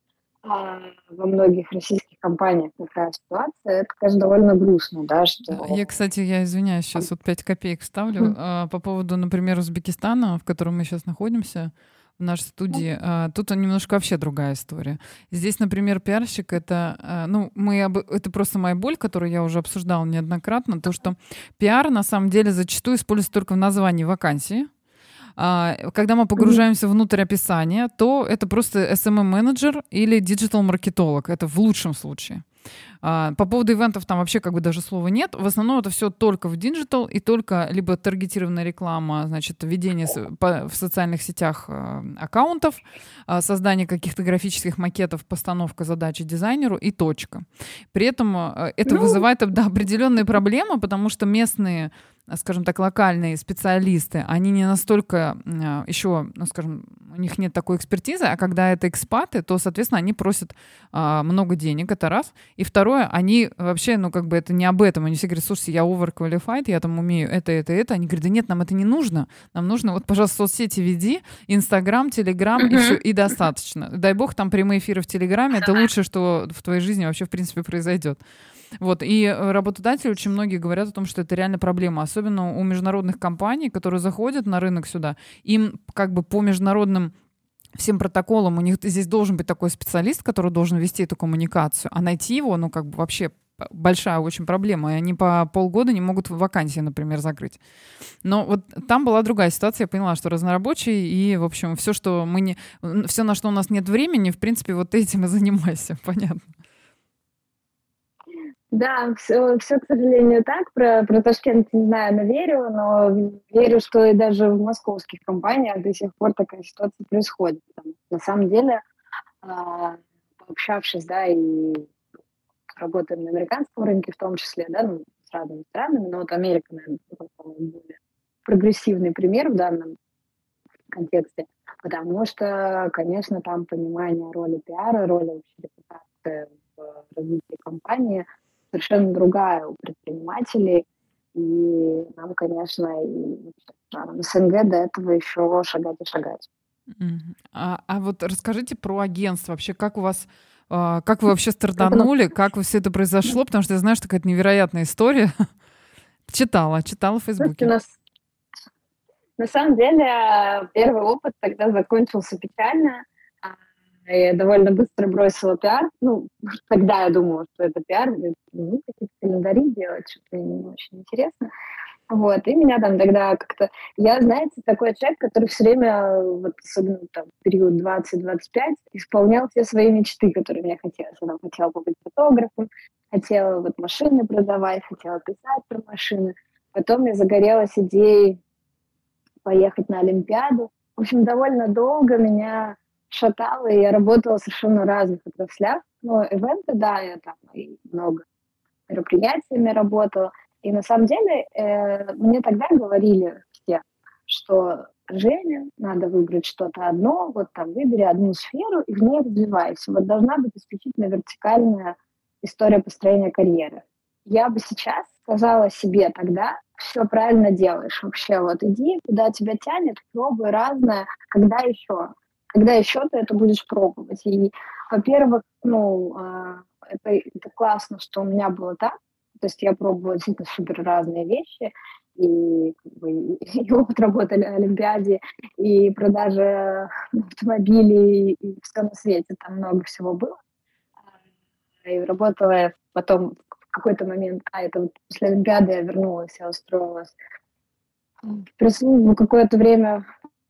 во многих российских компаниях такая ситуация, это, конечно, довольно грустно, да, Да, я, что... кстати, я извиняюсь, сейчас вот 5 копеек вставлю. Мгм. По поводу, например, Узбекистана, в котором мы сейчас находимся, в нашей студии, тут немножко вообще другая история. Здесь, например, пиарщик — это, ну, это просто моя боль, которую я уже обсуждала неоднократно, то, что пиар на самом деле зачастую используется только в названии вакансии. Когда мы Мгм. погружаемся внутрь описания, то это просто SMM-менеджер или диджитал-маркетолог. Это в лучшем случае. По поводу ивентов там вообще как бы даже слова нет. В основном это все только в диджитал и только либо таргетированная реклама, значит, ведение в социальных сетях аккаунтов, создание каких-то графических макетов, постановка задачи дизайнеру и точка. При этом это Ну, вызывает да, определенные проблемы, потому что местные, скажем так, локальные специалисты, они не настолько еще, ну, скажем, у них нет такой экспертизы, а когда это экспаты, то, соответственно, они просят много денег, это раз. И второе, они вообще, ну, как бы это не об этом. Они все говорят, слушайте, я overqualified, я там умею это. Они говорят, да нет, нам это не нужно. Нам нужно, вот, пожалуйста, соцсети веди, Инстаграм, Телеграм, и все, мгм. и достаточно. Дай бог, там прямые эфиры в Телеграме, это лучшее, что в твоей жизни вообще, в принципе, произойдет. Вот, и работодатели очень многие говорят о том, что это реально проблема, особенно у международных компаний, которые заходят на рынок сюда, им как бы по международным всем протоколам у них здесь должен быть такой специалист, который должен вести эту коммуникацию, а найти его, ну, как бы вообще большая очень проблема, и они по полгода не могут вакансии, например, закрыть. Но вот там была другая ситуация, я поняла, что разнорабочий, и, в общем, все, что мы не... Все, на что у нас нет времени, в принципе, вот этим и занимайся, понятно. Да, все, к сожалению, так. Про Ташкент не знаю, но верю, но верю, что и даже в московских компаниях до сих пор такая ситуация происходит. Потому что на самом деле, пообщавшись, да, и работаем на американском рынке в том числе, да, ну, с разными странами, но вот Америка, наверное, такой, по-моему, более прогрессивный пример в данном контексте, потому что, конечно, там понимание роли пиара, роли вообще репутации в развитии компании совершенно другая у предпринимателей. И нам, конечно, и странам СНГ до этого еще шагать и шагать. Мгм. А вот расскажите про агентство. Вообще, как у вас, как вы вообще Как оно? стартанули, как все это произошло? Потому что я знаю, что какая-то невероятная история. Читала в Слушайте, Фейсбуке. на самом деле, первый опыт тогда закончился печально. Я довольно быстро бросила пиар. Ну, тогда я думала, что это пиар, ну, какие-то календари делать, что-то мне не очень интересно. Вот, и меня там тогда как-то... Я, знаете, такой человек, который все время, вот особенно там в период 20-25, исполнял все свои мечты, которые мне хотелось. Я там хотела побыть фотографом, хотела вот машины продавать, хотела писать про машины. Потом я загорелась идеей поехать на Олимпиаду. В общем, довольно долго меня шатало, и я работала в совершенно разных отраслях. Но ивенты, да, я там и много мероприятиями работала. И на самом деле мне тогда говорили все, что Женя, надо выбрать что-то одно, вот там выбери одну сферу и в ней развивайся. Вот должна быть исключительно вертикальная история построения карьеры. я бы сейчас сказала себе тогда: все правильно делаешь вообще, вот иди, куда тебя тянет, пробуй разное, когда еще ты это будешь пробовать. И, во-первых, это классно, что у меня было так, то есть я пробовала действительно супер разные вещи, и как бы и опыт работы на олимпиаде, и продажа автомобилей, и всё на свете, там много всего было. И работала я потом в какой-то момент, это вот после олимпиады я вернулась, я устроилась в пресс-службу какое-то время,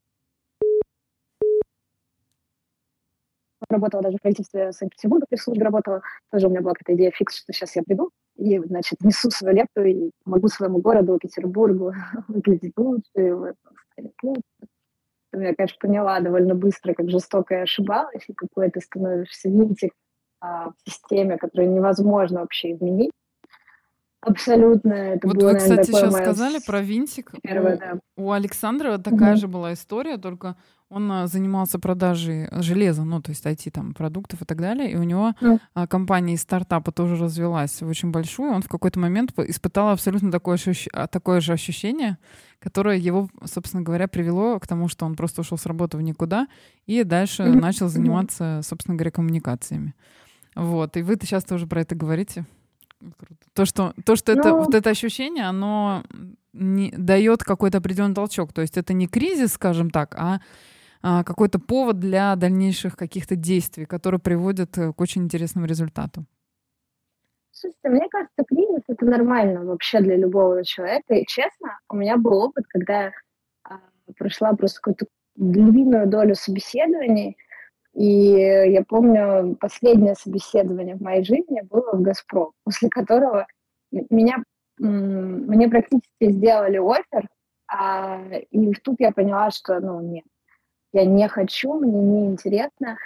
работала даже в правительстве Санкт-Петербурга, в пресс-службе работала. Тоже у меня была какая-то идея фикс, что сейчас я приду и, значит, внесу свою лепту и помогу своему городу, Петербургу, выглядеть лучше, и вот станет лучше. Я, конечно, поняла довольно быстро, как жестоко я ошибалась, и какой ты становишься винтик в системе, которую невозможно вообще изменить. Абсолютно. Это Вот было, вы, наверное, кстати, такое сейчас мое сказали про винтик. первое, да. У Александра такая Мгм. же была история, только он занимался продажей железа, ну, то есть IT там продуктов и так далее. И у него М. компания из стартапа тоже развилась в очень большую. Он в какой-то момент испытал абсолютно такое же ощущение, которое его, собственно говоря, привело к тому, что он просто ушел с работы в никуда и дальше Мгм. начал Мгм. заниматься, собственно говоря, коммуникациями. Вот. И вы сейчас тоже про это говорите. Круто. То, что это, вот Ну, это ощущение, оно дает какой-то определенный толчок. То есть это не кризис, скажем так, а какой-то повод для дальнейших каких-то действий, которые приводят к очень интересному результату. слушайте, мне кажется, кризис — это нормально вообще для любого человека. И честно, у меня был опыт, когда я а, прошла просто какую-то длинную долю собеседований. И я помню, последнее собеседование в моей жизни было в «Газпром», после которого меня, мне практически сделали оффер, и тут я поняла, что, нет, я не хочу, мне неинтересно.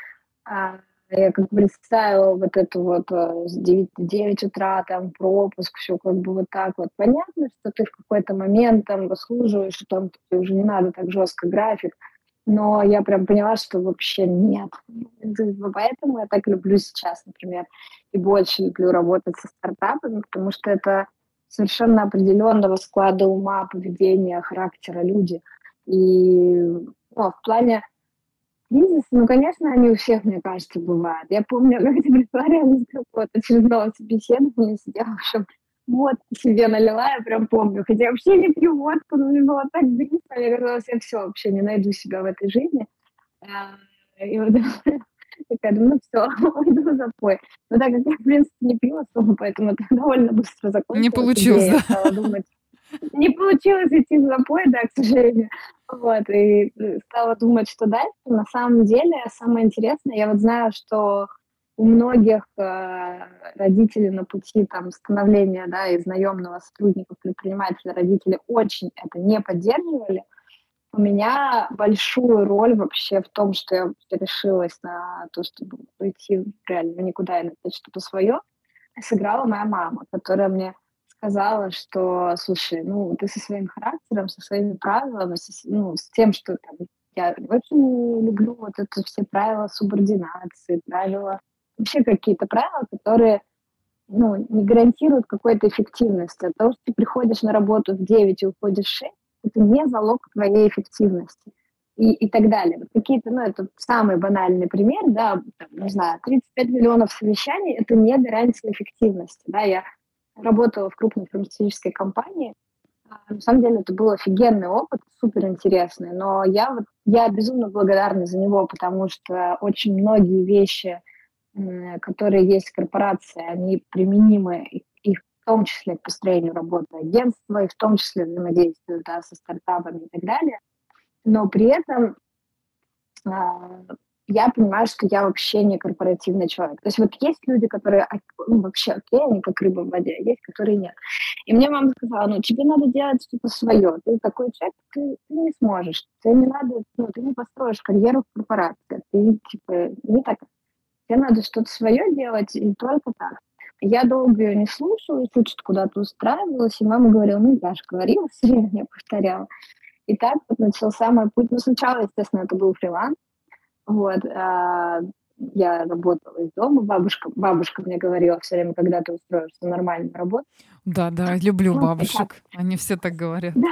Я как представила вот это вот с 9 до 9 утра, там пропуск, все как бы вот так вот. Понятно, что ты в какой-то момент там выслуживаешь, и там тебе уже не надо так жестко график, но я прям поняла, что вообще нет. Поэтому я так люблю сейчас, например, и больше люблю работать со стартапами, потому что это совершенно определенного склада ума, поведения, характера люди. И в плане кризисы, конечно, они у всех, мне кажется, бывают. Я помню, как я пришла реально с какого-то очередного собеседования, сидела, в общем, водки себе налила, я прям помню. Хотя я вообще не пью водку, но мне было так грустно, мне казалось, я все вообще не найду себя в этой жизни. И вот такая, ну все, уйду в запой. Но так как я, в принципе, не пью особо, поэтому это довольно быстро Не закончилось, где получилось, я да? стала думать, не получилось идти в запой, да, к сожалению. Вот, и стала думать, что дальше. На самом деле, самое интересное, я вот знаю, что у многих родителей на пути там становления, да, из наемного сотрудника в предпринимателя родители очень это не поддерживали. У меня большую роль вообще в том, что я вообще решилась на то, чтобы уйти реально в никуда и начать что-то свое, сыграла моя мама, которая мне сказала, что: «Слушай, ты со своим характером, со своими правилами, с тем, что там я очень люблю вот это все правила субординации, правила, вообще какие-то правила, которые, не гарантируют какой-то эффективности. От того, что ты приходишь на работу в 9 и уходишь в 6, это не залог твоей эффективности». И так далее. Вот какие-то, это самый банальный пример, да, там, не знаю, 35 миллионов совещаний — это не гарантия эффективности, да. Я работала в крупной фармацевтической компании. На самом деле это был офигенный опыт, суперинтересный, но я безумно благодарна за него, потому что очень многие вещи, которые есть в корпорации, они применимы и в том числе к построению работы агентства, и в том числе взаимодействию, да, со стартапами и так далее. Но при этом а, я понимаю, что я вообще не корпоративный человек. То есть вот есть люди, которые вообще окей, они как рыба в воде, а есть, которые нет. И мне мама сказала: тебе надо делать что-то свое. Ты такой человек, ты не сможешь. Тебе не надо, ты не построишь карьеру в корпорации. Ты, типа, не так. Тебе надо что-то свое делать, и только так. Я долго ее не слушала, и тут что-то куда-то устраивалась, и мама говорила: я же говорила, все время мне повторяла. И так вот начался мой путь. Сначала, естественно, это был фриланс, вот, я работала из дома, бабушка мне говорила все время, когда ты устроишься на нормальную работу. Да, люблю Ну, бабушек. Они все так говорят. Да,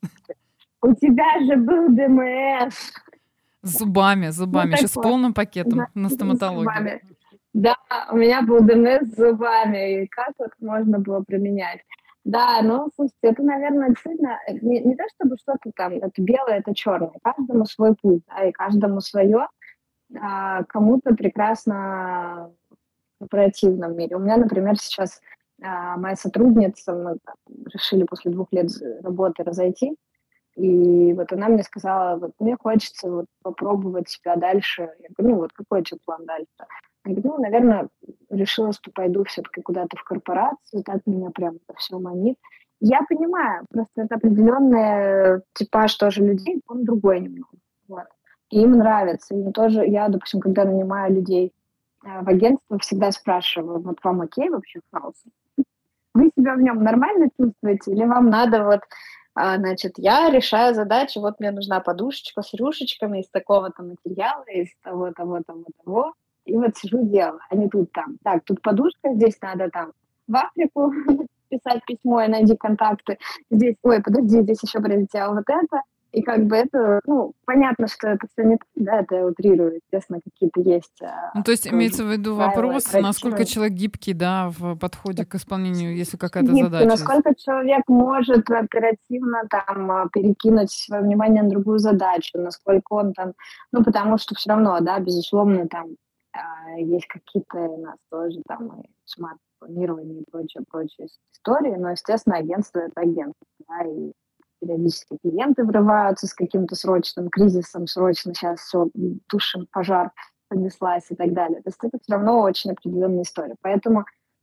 у тебя же был ДМС. С зубами, Ну, еще с такое. полным пакетом Да, на с стоматологию. зубами. Да, у меня был ДМС с зубами, и как вот можно было применять. Да, ну, слушайте, это, наверное, действительно не то, чтобы что-то там, это белое, это черное. Каждому свой путь, да, и каждому свое. Кому-то прекрасно в корпоративном мире. У меня, например, сейчас моя сотрудница, мы там решили после 2 лет работы разойти, и вот она мне сказала, вот мне хочется вот попробовать себя дальше. Я говорю, ну вот какой у тебя план дальше? Она говорит, ну, наверное, решила, что пойду все-таки куда-то в корпорацию, так меня прям это все манит. Я понимаю, просто это определенный типаж тоже людей, он другой немного. Вот. И им нравится. Им тоже, я, допустим, когда нанимаю людей в агентство, всегда спрашиваю, вот вам окей вообще хаос? Вы себя в нем нормально чувствуете? Или вам надо вот, значит, я решаю задачи, вот мне нужна подушечка с рюшечками из такого-то материала, из того, и вот сижу делаю, а не тут там. Так, тут подушка, здесь надо там в Африку писать письмо и найди контакты. Здесь, ой, подожди, здесь еще прилетело вот это. И как бы это, ну, понятно, что это все не так, да, это я утрирую, естественно, какие-то есть... Ну, то есть имеется в виду вопрос, насколько проектирования. человек гибкий, да, в подходе к исполнению, если какая-то Гибкий, задача есть. насколько человек может оперативно там перекинуть свое внимание на другую задачу, насколько он там, ну, потому что все равно, да, безусловно, там есть какие-то у нас тоже там и смарт-планирование и прочие истории, но, естественно, агентство — это агентство, да, и периодически клиенты врываются с каким-то срочным кризисом, срочно сейчас все, тушим пожар, понеслась и так далее. То есть это все равно очень определенная история. Поэтому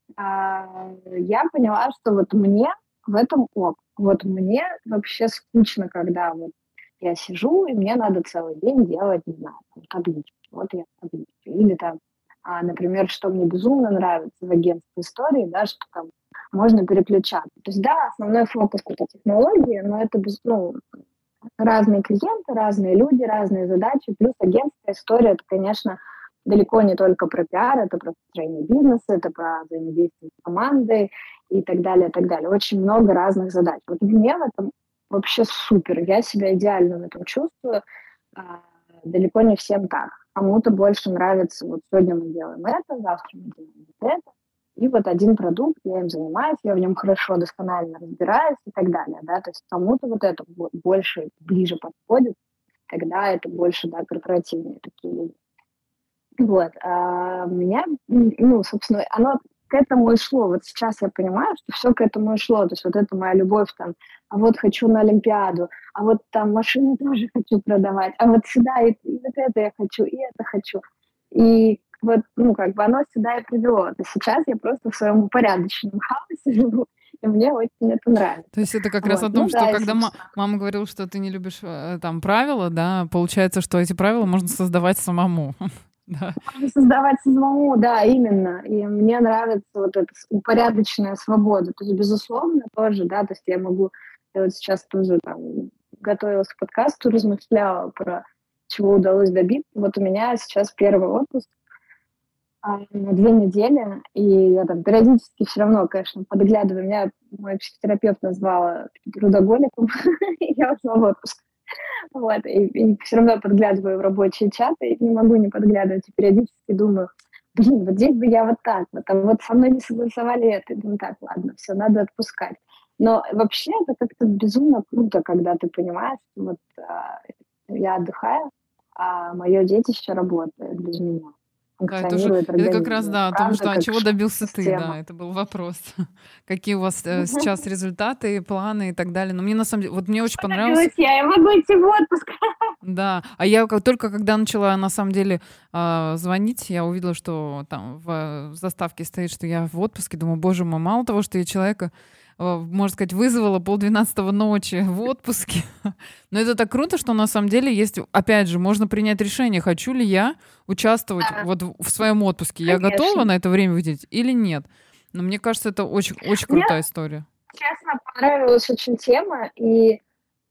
я поняла, что вот мне в этом ок. Вот мне вообще скучно, когда вот я сижу, и мне надо целый день делать, не знаю, там, таблички. Вот я таблички. Или там, например, что мне безумно нравится в агентстве истории, да, что там можно переключаться. То есть, да, основной фокус — это технологии, но это разные клиенты, разные люди, разные задачи. Плюс агентская история — это, конечно, далеко не только про пиар, это про построение бизнеса, это про взаимодействие с командой и так далее, и так далее. Очень много разных задач. Вот мне в этом вообще супер. Я себя идеально в этом чувствую. Далеко не всем так. Кому-то больше нравится, вот сегодня мы делаем это, завтра мы делаем вот это. И вот один продукт, я им занимаюсь, я в нем хорошо, досконально разбираюсь и так далее, да, то есть кому-то вот это больше, ближе подходит, тогда это больше, да, корпоративные такие люди. Вот, а меня, ну, собственно, оно к этому и шло. Вот сейчас я понимаю, что все к этому и шло. То есть вот это моя любовь там, а вот хочу на Олимпиаду, а вот там машины тоже хочу продавать, а вот сюда и вот это я хочу, и это хочу. И вот, ну, как бы оно сюда и привело. То сейчас я просто в своем упорядоченном хаосе живу, и мне очень это нравится. То есть это как раз о том, что когда мама говорила, что ты не любишь там правила, да, получается, что эти правила можно создавать самому. Да. Создавать самому, да, именно. И мне нравится вот эта упорядоченная свобода. То есть, безусловно, тоже, да, то есть я могу, я вот сейчас тоже там готовилась к подкасту, размышляла про чего удалось добиться. Вот у меня сейчас первый отпуск на 2 недели, и я там периодически все равно, конечно, подглядываю. Меня мой психотерапевт назвала трудоголиком, и я ушла в отпуск. Вот, и все равно подглядываю в рабочие чаты, и не могу не подглядывать, и периодически думаю, блин, вот здесь бы я вот так, вот, а вот со мной не согласовали это, и думаю, так, ладно, все, надо отпускать. Но вообще это как-то безумно круто, когда ты понимаешь, что вот я отдыхаю, а мое детище работает без меня. Да, это как раз, да, о том, что чего добился ты, да, это был вопрос. Какие у вас сейчас результаты, планы и так далее. Но мне на самом деле, вот мне очень понравилось. Я могу идти в отпуск. Да, а я только когда начала на самом деле звонить, я увидела, что там в заставке стоит, что я в отпуске. Думаю, боже мой, мало того, что я человека, можно сказать, вызвала 11:30 ночи в отпуске. Но это так круто, что на самом деле есть, опять же, можно принять решение, хочу ли я участвовать вот в своем отпуске. Конечно. Я готова на это время выделить или нет. Но мне кажется, это очень, очень крутая история. Честно, понравилась очень тема, и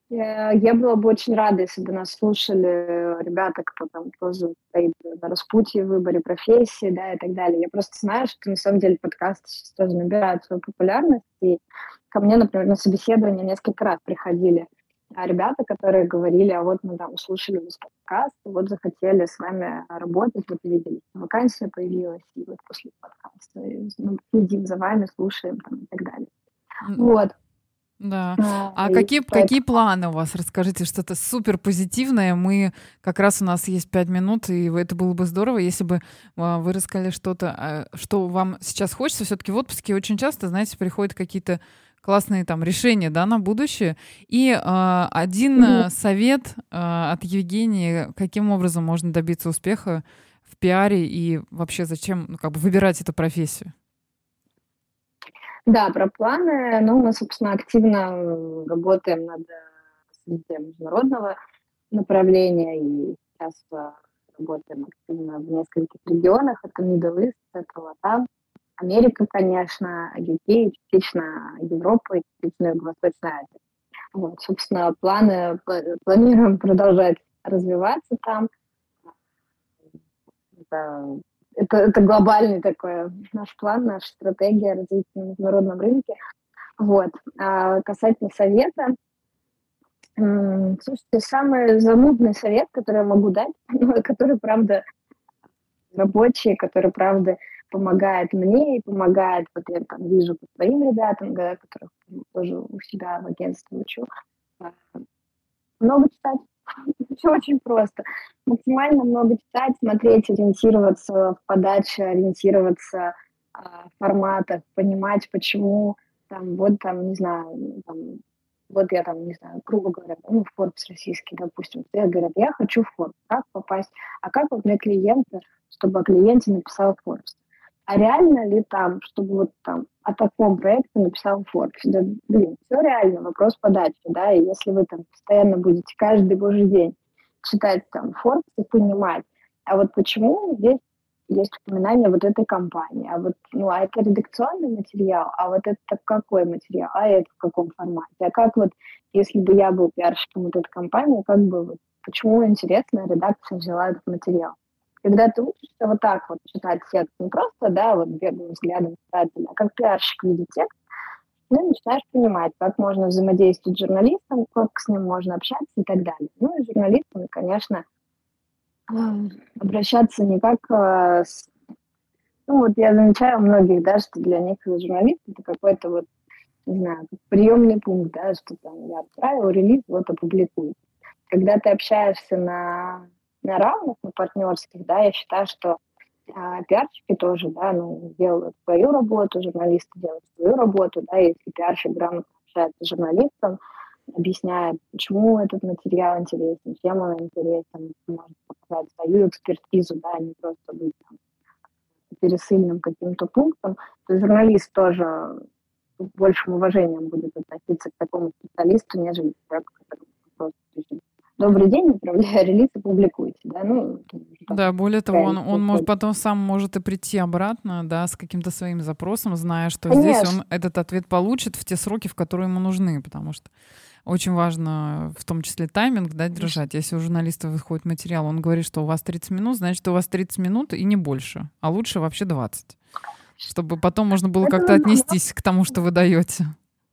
Я была бы очень рада, если бы нас слушали ребята, кто там тоже стоит на распутье в выборе профессии, да, и так далее. Я просто знаю, что на самом деле подкасты сейчас тоже набирают свою популярность, и ко мне, например, на собеседование несколько раз приходили ребята, которые говорили, а вот мы там услышали ваш подкаст, вот захотели с вами работать, вот увидели, вакансия появилась, и вот после подкаста ну, следим за вами, слушаем там, и так далее. Вот. Да. А какие планы у вас? Расскажите что-то супер позитивное. Как раз у нас есть 5 минут, и это было бы здорово, если бы вы рассказали что-то, что вам сейчас хочется. Все-таки в отпуске очень часто, знаете, приходят какие-то классные там решения, да, на будущее. И один совет от Евгении, каким образом можно добиться успеха в пиаре и вообще зачем выбирать эту профессию? Да, про планы. Ну, мы, собственно, активно работаем над развитием международного направления, и сейчас работаем активно в нескольких регионах. Это Middle East, это Латам, Америка, конечно, UK, частично Европа и частично Юго-Восточная Азия. Вот, собственно, планируем продолжать развиваться там. Это глобальный такой наш план, наша стратегия развития на международном рынке. Вот. А касательно совета, слушайте, самый занудный совет, который я могу дать, который, правда, рабочий, который, правда, помогает мне и помогает, вот я там вижу по своим ребятам, да, которых тоже у себя в агентстве учу, много читать. Все очень просто. Максимально много читать, смотреть, ориентироваться в подаче, ориентироваться в форматах, понимать, почему там, вот там, не знаю, там, вот я там, не знаю, грубо говоря, ну, в Forbes российский, допустим, все говорят, я хочу в Forbes, как попасть, а как вот мне клиента, чтобы о клиенте написал Forbes? А реально ли там, чтобы вот там о таком проекте написал Forbes? Да, блин, все реально, вопрос подачи, да, и если вы там постоянно будете каждый божий день читать там Forbes и понимать, а вот почему здесь есть упоминание вот этой компании, а вот, ну, а это редакционный материал, а вот это какой материал, а это в каком формате, а как вот, если бы я был пиарщиком вот этой компании, как бы вот, почему, интересно, редакция взяла этот материал? Когда ты учишься вот так вот читать текст, не просто, да, вот беглым взглядом читателя, а как пиарщик видит текст, ты начинаешь понимать, как можно взаимодействовать с журналистом, как с ним можно общаться и так далее. Ну и с журналистами, конечно, обращаться не как с... Ну вот я замечаю у многих, да, что для них журналист это какой-то вот, не знаю, приемный пункт, да, что там я отправил релиз, вот опубликуй. Когда ты общаешься на равных, на партнерских, да, я считаю, что пиарщики тоже, да, ну, делают свою работу, журналисты делают свою работу, да, если пиарщик грамотно общается с журналистом, объясняет, почему этот материал интересен, чем он интересен, может показать свою экспертизу, да, не просто быть там пересыльным каким-то пунктом, то журналист тоже с большим уважением будет относиться к такому специалисту, нежели к человеку, который просто пишет: добрый день, отправляю релиз и публикуйте. Да, ну, да, более того, он может потом сам может и прийти обратно, да, с каким-то своим запросом, зная, что Конечно. здесь он этот ответ получит в те сроки, в которые ему нужны, потому что очень важно в том числе тайминг, да, держать. Если у журналиста выходит материал, он говорит, что у вас 30 минут, значит, у вас 30 минут и не больше, а лучше вообще 20, чтобы потом можно было как-то отнестись к тому, что вы даете.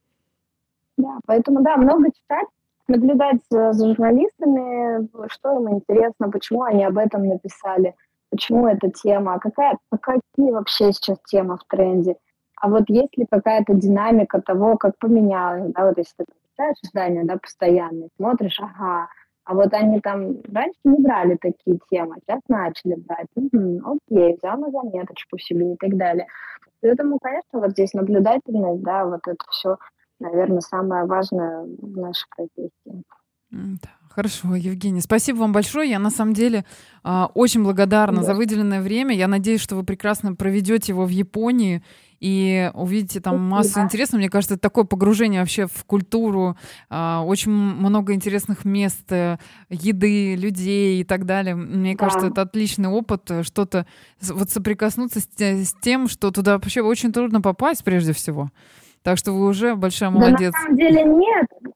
Да, поэтому, да, много читать, наблюдать за журналистами, что им интересно, почему они об этом написали, почему эта тема, какие вообще сейчас темы в тренде. А вот есть ли какая-то динамика того, как поменялось, да, вот если ты читаешь издания, да, постоянно, смотришь, ага, а вот они там раньше не брали такие темы, сейчас начали брать, окей, взял на заметочку себе и так далее. Поэтому, конечно, вот здесь наблюдательность, да, вот это все, наверное, самое важное в нашей профессии. Хорошо, Евгений, спасибо вам большое. Я на самом деле очень благодарна за выделенное время. Я надеюсь, что вы прекрасно проведете его в Японии и увидите там массу интересного. Мне кажется, это такое погружение вообще в культуру, очень много интересных мест, еды, людей и так далее. Мне кажется, это отличный опыт, что-то вот соприкоснуться с тем, что туда вообще очень трудно попасть прежде всего. Так что вы уже большая молодец. Да, на самом деле нет.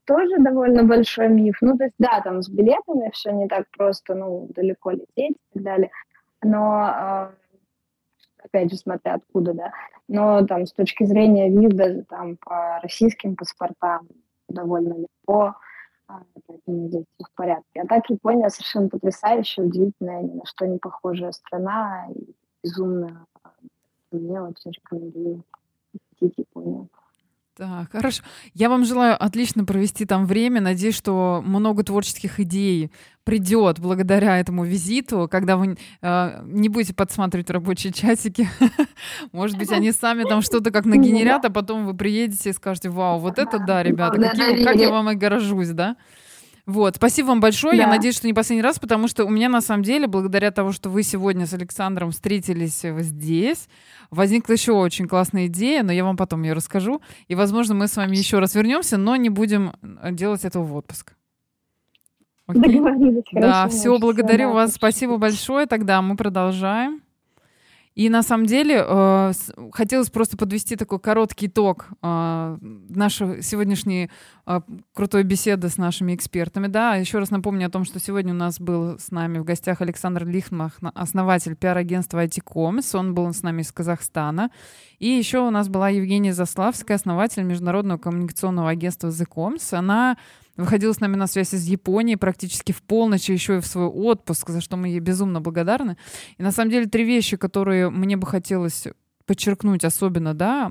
тоже довольно большой миф. Ну, то есть, да, там с билетами все не так просто, ну, далеко лететь и так далее. Но, опять же, смотря откуда, да. Но там с точки зрения виз, даже там по российским паспортам довольно легко, поэтому здесь все в порядке. А так Япония совершенно потрясающая, удивительная, ни на что не похожая страна, и безумно мне очень рекомендую посетить Японию. Так, хорошо. Я вам желаю отлично провести там время. Надеюсь, что много творческих идей придет благодаря этому визиту, когда вы не будете подсматривать рабочие часики. Может быть, они сами там что-то как нагенерят, а потом вы приедете и скажете: вау, вот это да, ребята, как я вам и горжусь, да? Вот, спасибо вам большое. Я надеюсь, что не последний раз, потому что у меня на самом деле, благодаря тому, что вы сегодня с Александром встретились здесь, возникла еще очень классная идея, но я вам потом ее расскажу. И, возможно, мы с вами еще раз вернемся, но не будем делать этого в отпуск. Окей? Да, все, благодарю вас. Спасибо большое. Тогда мы продолжаем. И на самом деле хотелось просто подвести такой короткий итог нашей сегодняшней крутой беседы с нашими экспертами. Да, еще раз напомню о том, что сегодня у нас был с нами в гостях Александр Лихмах, основатель пиар-агентства IT-Commerce. Он был с нами из Казахстана. И еще у нас была Евгения Заславская, основатель международного коммуникационного агентства The Comms. Она выходила с нами на связь из Японии практически в полночь, еще и в свой отпуск, за что мы ей безумно благодарны. И на самом деле 3 вещи, которые мне бы хотелось подчеркнуть, особенно, да,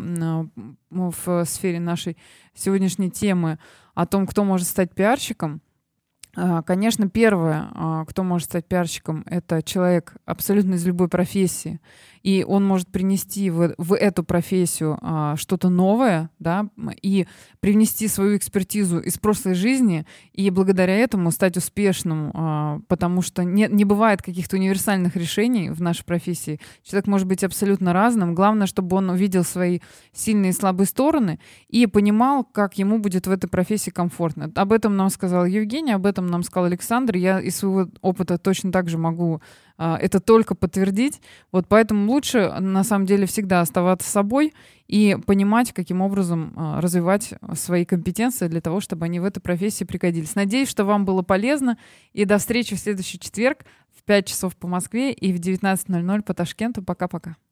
в сфере нашей сегодняшней темы о том, кто может стать пиарщиком. Конечно, первое, кто может стать пиарщиком, это человек абсолютно из любой профессии, и он может принести в эту профессию что-то новое, да, и привнести свою экспертизу из прошлой жизни, и благодаря этому стать успешным, потому что не бывает каких-то универсальных решений в нашей профессии. Человек может быть абсолютно разным. Главное, чтобы он увидел свои сильные и слабые стороны и понимал, как ему будет в этой профессии комфортно. Об этом нам сказала Евгения, об этом нам сказал Александр. Я из своего опыта точно так же могу это только подтвердить. Вот поэтому лучше, на самом деле, всегда оставаться собой и понимать, каким образом развивать свои компетенции для того, чтобы они в этой профессии пригодились. Надеюсь, что вам было полезно. И до встречи в следующий четверг в 5 часов по Москве и в 19:00 по Ташкенту. Пока-пока.